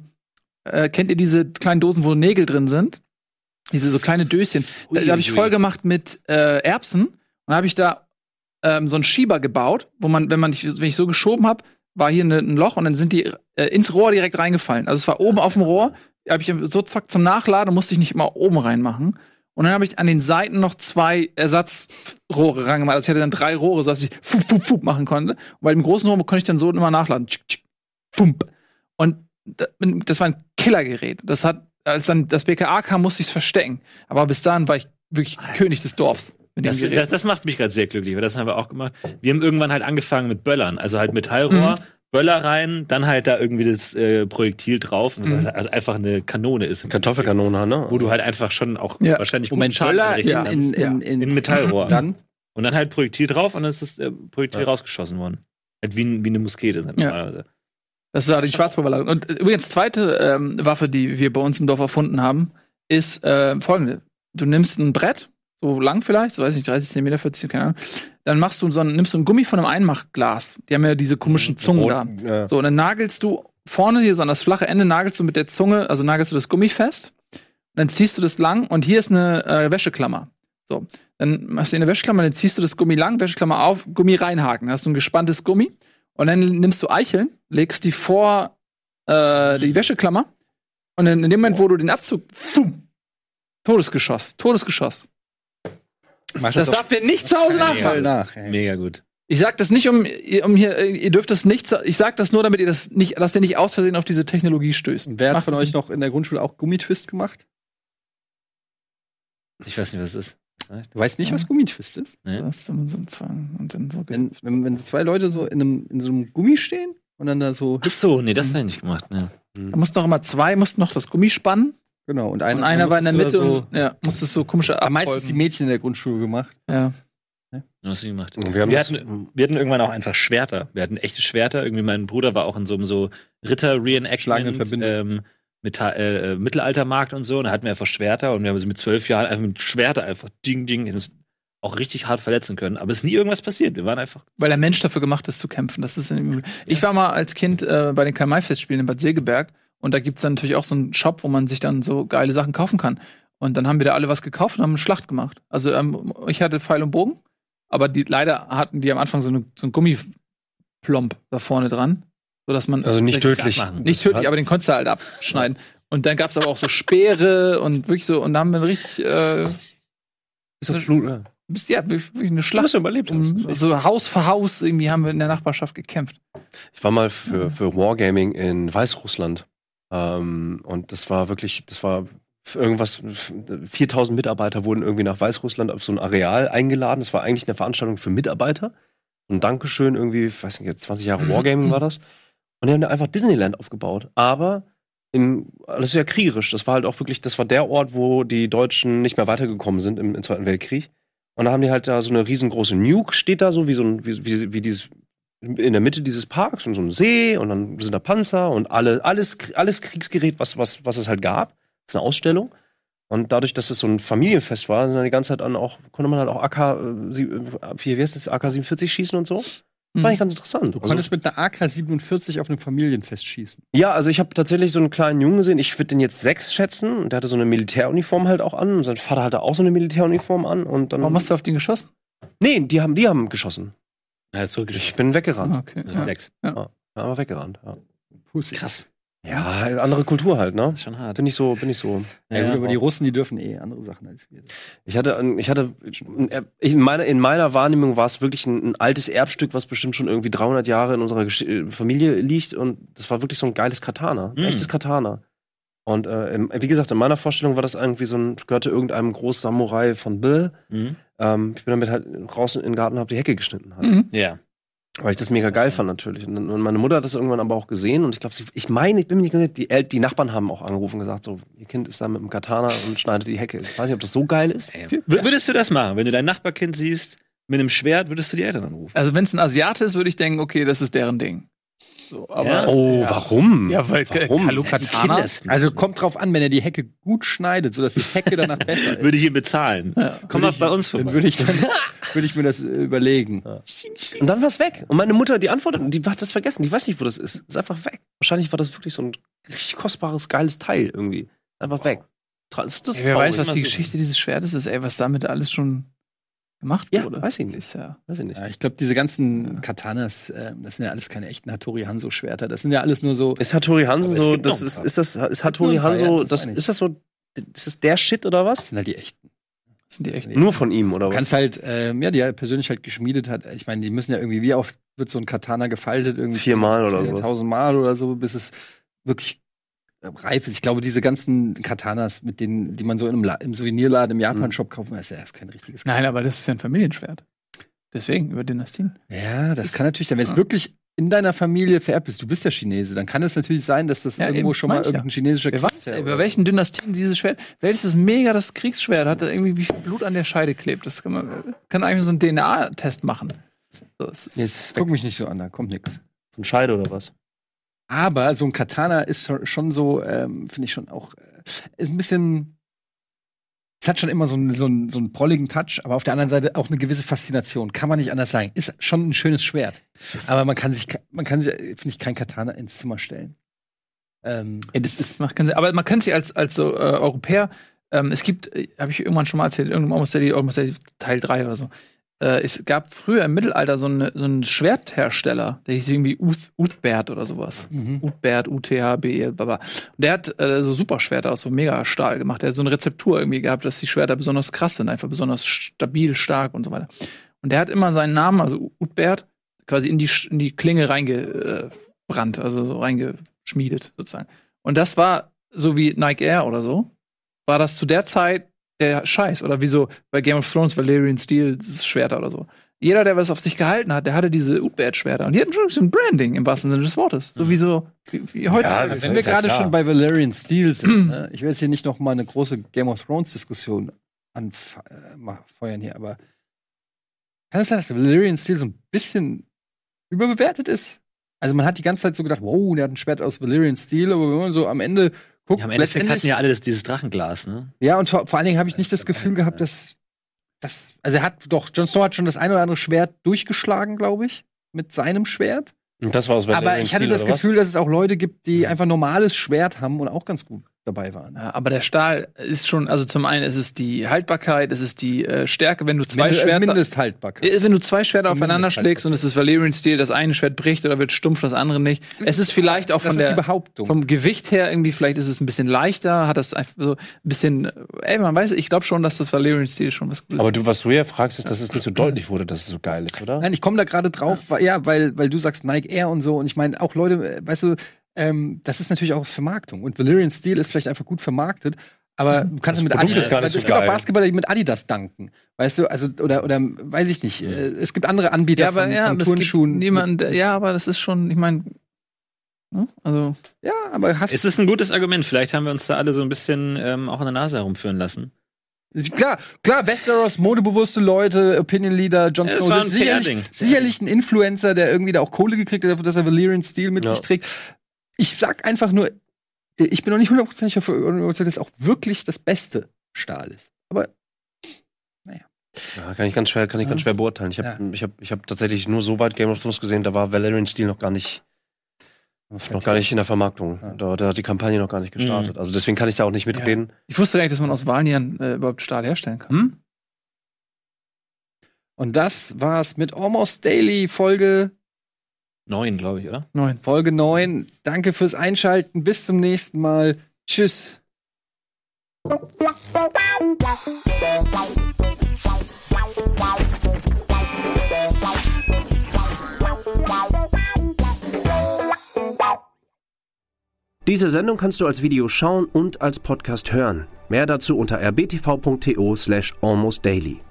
kennt ihr diese kleinen Dosen, wo Nägel drin sind? Diese so kleine Döschen. Da habe ich voll gemacht mit Erbsen. Und dann habe ich da so einen Schieber gebaut, wo wenn ich so geschoben habe, war hier ein Loch und dann sind die ins Rohr direkt reingefallen. Also es war oben auf dem Rohr, habe ich so zack zum Nachladen, musste ich nicht immer oben reinmachen. Und dann habe ich an den Seiten noch 2 Ersatzrohre rangemacht. Also ich hatte dann 3 Rohre, sodass ich fup machen konnte. Und bei dem großen Rohr konnte ich dann so immer nachladen. Fump. Und das war ein Killergerät. Das hat, als dann das BKA kam, musste ich es verstecken. Aber bis dahin war ich wirklich König des Dorfs. Mit dem Gerät. Das macht mich gerade sehr glücklich, weil das haben wir auch gemacht. Wir haben irgendwann halt angefangen mit Böllern, also halt Metallrohr, Böller rein, dann halt da irgendwie das Projektil drauf, also einfach eine Kanone ist. Kartoffelkanone, ne? Wo du halt einfach schon auch wahrscheinlich Moment, Schaden Böller anrichten kannst. in Metallrohr. Dann? Und dann halt Projektil drauf und dann ist das Projektil rausgeschossen worden. Halt wie eine Muskete normalerweise. Das war die Schwarzpulverladung. Und übrigens, zweite Waffe, die wir bei uns im Dorf erfunden haben, ist folgende. Du nimmst ein Brett, so lang vielleicht, so weiß ich nicht, 30 cm, 40, keine Ahnung. Dann nimmst du ein Gummi von einem Einmachglas. Die haben ja diese komischen Zungen da. Ja. So, und dann nagelst du vorne hier so an das flache Ende, nagelst du mit der Zunge, also nagelst du das Gummi fest. Und dann ziehst du das lang und hier ist eine Wäscheklammer. So, dann machst du eine Wäscheklammer, dann ziehst du das Gummi lang, Wäscheklammer auf, Gummi reinhaken. Dann hast du ein gespanntes Gummi. Und dann nimmst du Eicheln, legst die vor die Wäscheklammer, Und in dem Moment, wo du den Abzug, Todesgeschoss. Das darf ihr nicht zu Hause nachmachen. Mega gut. Ich sag das nicht, um hier, ihr dürft das nicht, ich sag das nur, damit ihr das nicht, dass ihr nicht aus Versehen auf diese Technologie stößt. Wer hat von euch noch in der Grundschule auch Gummitwist gemacht? Ich weiß nicht, was das ist. Du weißt nicht, was Gummitwist ist? Nee. Das ist so ein Zwang und dann so. Wenn zwei Leute so in so einem Gummi stehen und dann da so. Ach so, nee, das habe ich nicht gemacht. Ne. Da mussten noch immer zwei, mussten noch das Gummi spannen. Genau, und einer war in der Mitte so, und musste so komische aber meistens die Mädchen in der Grundschule gemacht. Ja. Was sie gemacht. Wir hatten irgendwann auch einfach Schwerter. Wir hatten echte Schwerter. Irgendwie mein Bruder war auch in so einem so Ritter-Reenactment Mittelaltermarkt und so. Und da hatten wir einfach Schwerter und wir haben mit 12 Jahren einfach mit Schwerter einfach ding, uns auch richtig hart verletzen können. Aber es ist nie irgendwas passiert. Wir waren einfach. Weil der Mensch dafür gemacht ist, zu kämpfen. Das ist ich war mal als Kind bei den Karl-May-Festspielen in Bad Segeberg und da gibt's dann natürlich auch so einen Shop, wo man sich dann so geile Sachen kaufen kann. Und dann haben wir da alle was gekauft und haben eine Schlacht gemacht. Also ich hatte Pfeil und Bogen, aber leider hatten die am Anfang so einen Gummiplomb da vorne dran, sodass man also nicht tödlich. Nicht tödlich, aber den konntest du halt abschneiden. Und dann gab's aber auch so Speere und wirklich so, und da haben wir richtig Ist das Blut, ja. Ja, wirklich eine Schlacht. Überlebt. So Haus für Haus irgendwie haben wir in der Nachbarschaft gekämpft. Ich war mal für Wargaming in Weißrussland. Und das war irgendwas, 4000 Mitarbeiter wurden irgendwie nach Weißrussland auf so ein Areal eingeladen. Das war eigentlich eine Veranstaltung für Mitarbeiter. Und Dankeschön, irgendwie, ich weiß nicht, jetzt 20 Jahre Wargaming war das. Und die haben da einfach Disneyland aufgebaut. Aber alles sehr kriegerisch. Das war halt auch wirklich, das war der Ort, wo die Deutschen nicht mehr weitergekommen sind im Zweiten Weltkrieg. Und da haben die halt da so eine riesengroße Nuke, steht da so wie dieses in der Mitte dieses Parks und so ein See und dann sind da Panzer und alles Kriegsgerät, was es halt gab. Das ist eine Ausstellung. Und dadurch, dass es so ein Familienfest war, sind dann die ganze Zeit konnte man halt auch AK-47 schießen und so. Das fand ich ganz interessant. Du konntest mit einer AK-47 auf einem Familienfest schießen. Ja, also ich habe tatsächlich so einen kleinen Jungen gesehen. Ich würde den jetzt 6 schätzen. Und der hatte so eine Militäruniform halt auch an. Und sein Vater hatte auch so eine Militäruniform an. Und dann Warum hast du auf den geschossen? Nee, die haben geschossen. Ja, zurückgeschossen. Ich bin weggerannt. Okay. Ja, aber weggerannt. Ja. Pussy. Krass. Ja, andere Kultur halt, ne? Das ist schon hart. Bin ich so. Ja, aber die Russen, die dürfen andere Sachen als wir. In meiner Wahrnehmung war es wirklich ein altes Erbstück, was bestimmt schon irgendwie 300 Jahre in unserer Familie liegt. Und das war wirklich so ein geiles Katana. Ein echtes Katana. Und wie gesagt, in meiner Vorstellung war das irgendwie gehörte irgendeinem Groß-Samurai von Bill. Ich bin damit halt raus in den Garten und hab die Hecke geschnitten. Halt. Ja. Weil ich das mega geil fand natürlich. Und meine Mutter hat das irgendwann aber auch gesehen. Und ich glaube, ich bin mir nicht ganz sicher, die Nachbarn haben auch angerufen und gesagt, so, ihr Kind ist da mit dem Katana und schneidet die Hecke. Ich weiß nicht, ob das so geil ist. Würdest du das machen? Wenn du dein Nachbarkind siehst mit einem Schwert, würdest du die Eltern anrufen? Also wenn es ein Asiate ist, würde ich denken, okay, das ist deren Ding. So, aber, Ja? Warum? Ja, weil Kalu Katana. Also kommt drauf an, wenn er die Hecke gut schneidet, sodass die Hecke danach besser ist. Würde ich ihn bezahlen. Komm mal bei uns vorbei. Dann würde ich mir das überlegen. Ja. Und dann war es weg. Und meine Mutter, die antwortet, die hat das vergessen. Die weiß nicht, wo das ist. Ist einfach weg. Wahrscheinlich war das wirklich so ein richtig kostbares, geiles Teil irgendwie. Einfach weg. Das ist Wer weiß, traurig. was die Geschichte dieses Schwertes ist, ey, was damit alles schon gemacht wurde. Weiß ich nicht. Das ist ja Weiß ich nicht. Ja, ich glaube, diese ganzen Katanas, das sind ja alles keine echten Hattori Hanzo Schwerter. Das sind ja alles nur so. Ist Hattori Hanzo Aber es so, gibt das noch ein ist Hattori Hanzo, ist das der Shit oder was? Das sind halt die echten. das sind die echt. Nur von ihm, oder Du was? kannst halt, die er persönlich halt geschmiedet hat. Ich meine, die müssen ja irgendwie, wie oft wird so ein Katana gefaltet? Irgendwie 4-mal oder so. 10.000 Mal oder so, bis es wirklich reif ist. Ich glaube, diese ganzen Katanas, mit denen, die man so im Souvenirladen im Japan-Shop kauft, ist ja erst kein richtiges Nein, aber das ist ja ein Familienschwert. Deswegen, über Dynastien. Ja, das kann natürlich sein. Wenn es wirklich in deiner Familie vererbt ist, du bist ja Chinese, dann kann es natürlich sein, dass das irgendwo eben, schon mal mancher. irgendein chinesischer Wer weiß, ey, über welchen Dynastien dieses Schwert, welches ist mega das Kriegsschwert, hat da irgendwie wie viel Blut an der Scheide klebt. Das kann eigentlich so einen DNA-Test machen. So, Jetzt guck mich nicht so an, da kommt nichts. Von Scheide oder was? Aber so ein Katana ist schon so, finde ich schon auch, ist ein bisschen, es hat schon immer so einen prolligen Touch, aber auf der anderen Seite auch eine gewisse Faszination. Kann man nicht anders sagen. Ist schon ein schönes Schwert. Aber man kann sich, finde ich, kein Katana ins Zimmer stellen. macht keinen Sinn. Aber man kann sich als so Europäer, es gibt, habe ich irgendwann schon mal erzählt, irgendein Almost Daily Teil 3 oder so. es gab früher im Mittelalter so einen Schwerthersteller, der hieß irgendwie Uthbert oder sowas. Uthbert, UTHB, baba. Und der hat so Superschwerter aus so Mega-Stahl gemacht. Der hat so eine Rezeptur irgendwie gehabt, dass die Schwerter besonders krass sind, einfach besonders stabil, stark und so weiter. Und der hat immer seinen Namen, also Uthbert, quasi in die Klinge reingebrannt, also so reingeschmiedet sozusagen. Und das war so wie Nike Air oder so, war das zu der Zeit der Scheiß. Oder wie so bei Game of Thrones, Valyrian Steel, das Schwerter oder so. Jeder, der was auf sich gehalten hat, der hatte diese Uthbert-Schwerter. Und die hatten schon so ein Branding im wahrsten Sinne des Wortes. So wie heute. Ja, wenn wir gerade schon bei Valyrian Steel sind, ne? Ich will jetzt hier nicht noch mal eine große Game of Thrones-Diskussion anfeuern hier, aber kann es sein, dass Valyrian Steel so ein bisschen überbewertet ist? Also man hat die ganze Zeit so gedacht, wow, der hat ein Schwert aus Valyrian Steel, aber wenn man so am Ende guckt, am Endeffekt hatten ja alle dieses Drachenglas, ne? Ja, und vor allen Dingen habe ich nicht das Gefühl gehabt, dass also Jon Snow hat schon das ein oder andere Schwert durchgeschlagen, glaube ich, mit seinem Schwert. Und das war aus Valyrian Aber ich hatte Steel, das oder was? Gefühl, dass es auch Leute gibt, die einfach normales Schwert haben und auch ganz gut dabei waren. Ja, aber der Stahl ist schon, also zum einen ist es die Haltbarkeit, es ist die Stärke, wenn du zwei Schwerter Mindesthaltbarkeit. Wenn du zwei Schwerter aufeinander schlägst und es ist Valyrian Steel, das eine Schwert bricht oder wird stumpf, das andere nicht. Es ist vielleicht auch das ist die Behauptung. Vom Gewicht her irgendwie, vielleicht ist es ein bisschen leichter, hat das einfach so ein bisschen, man weiß, ich glaube schon, dass das Valyrian Steel schon was Gutes ist. Aber was du ja fragst, ist, dass es nicht so deutlich wurde, dass es so geil ist, oder? Nein, ich komme da gerade drauf, weil du sagst Nike Air und so und ich meine auch Leute, weißt du, das ist natürlich auch aus Vermarktung. Und Valyrian Steel ist vielleicht einfach gut vermarktet, aber du kannst mit Adidas, es gibt auch Basketballer, die mit Adidas danken. Weißt du, also, oder weiß ich nicht. Es gibt andere Anbieter von Turnschuhen. Aber das ist schon, ich meine, also. Ja, aber es ist ein gutes Argument. Vielleicht haben wir uns da alle so ein bisschen auch an der Nase herumführen lassen. Klar, Westeros, modebewusste Leute, Opinion Leader, Jon Snow, das ist sicherlich ein Influencer, der irgendwie da auch Kohle gekriegt hat, dafür, dass er Valyrian Steel mit sich trägt. Ich sag einfach nur, ich bin noch nicht 100% dafür, dass das auch wirklich das beste Stahl ist. Aber, naja. Ja, kann ich ganz schwer beurteilen. Ich hab tatsächlich nur so weit Game of Thrones gesehen, da war Valyrian Steel noch gar nicht in der Vermarktung. Ja. Da hat die Kampagne noch gar nicht gestartet. Also deswegen kann ich da auch nicht mitreden. Ja. Ich wusste gar nicht, dass man aus Valnian überhaupt Stahl herstellen kann. Und das war's mit Almost Daily Folge 9, glaube ich, oder? 9. Folge 9. Danke fürs Einschalten. Bis zum nächsten Mal. Tschüss. Diese Sendung kannst du als Video schauen und als Podcast hören. Mehr dazu unter rbtv.to/almostdaily.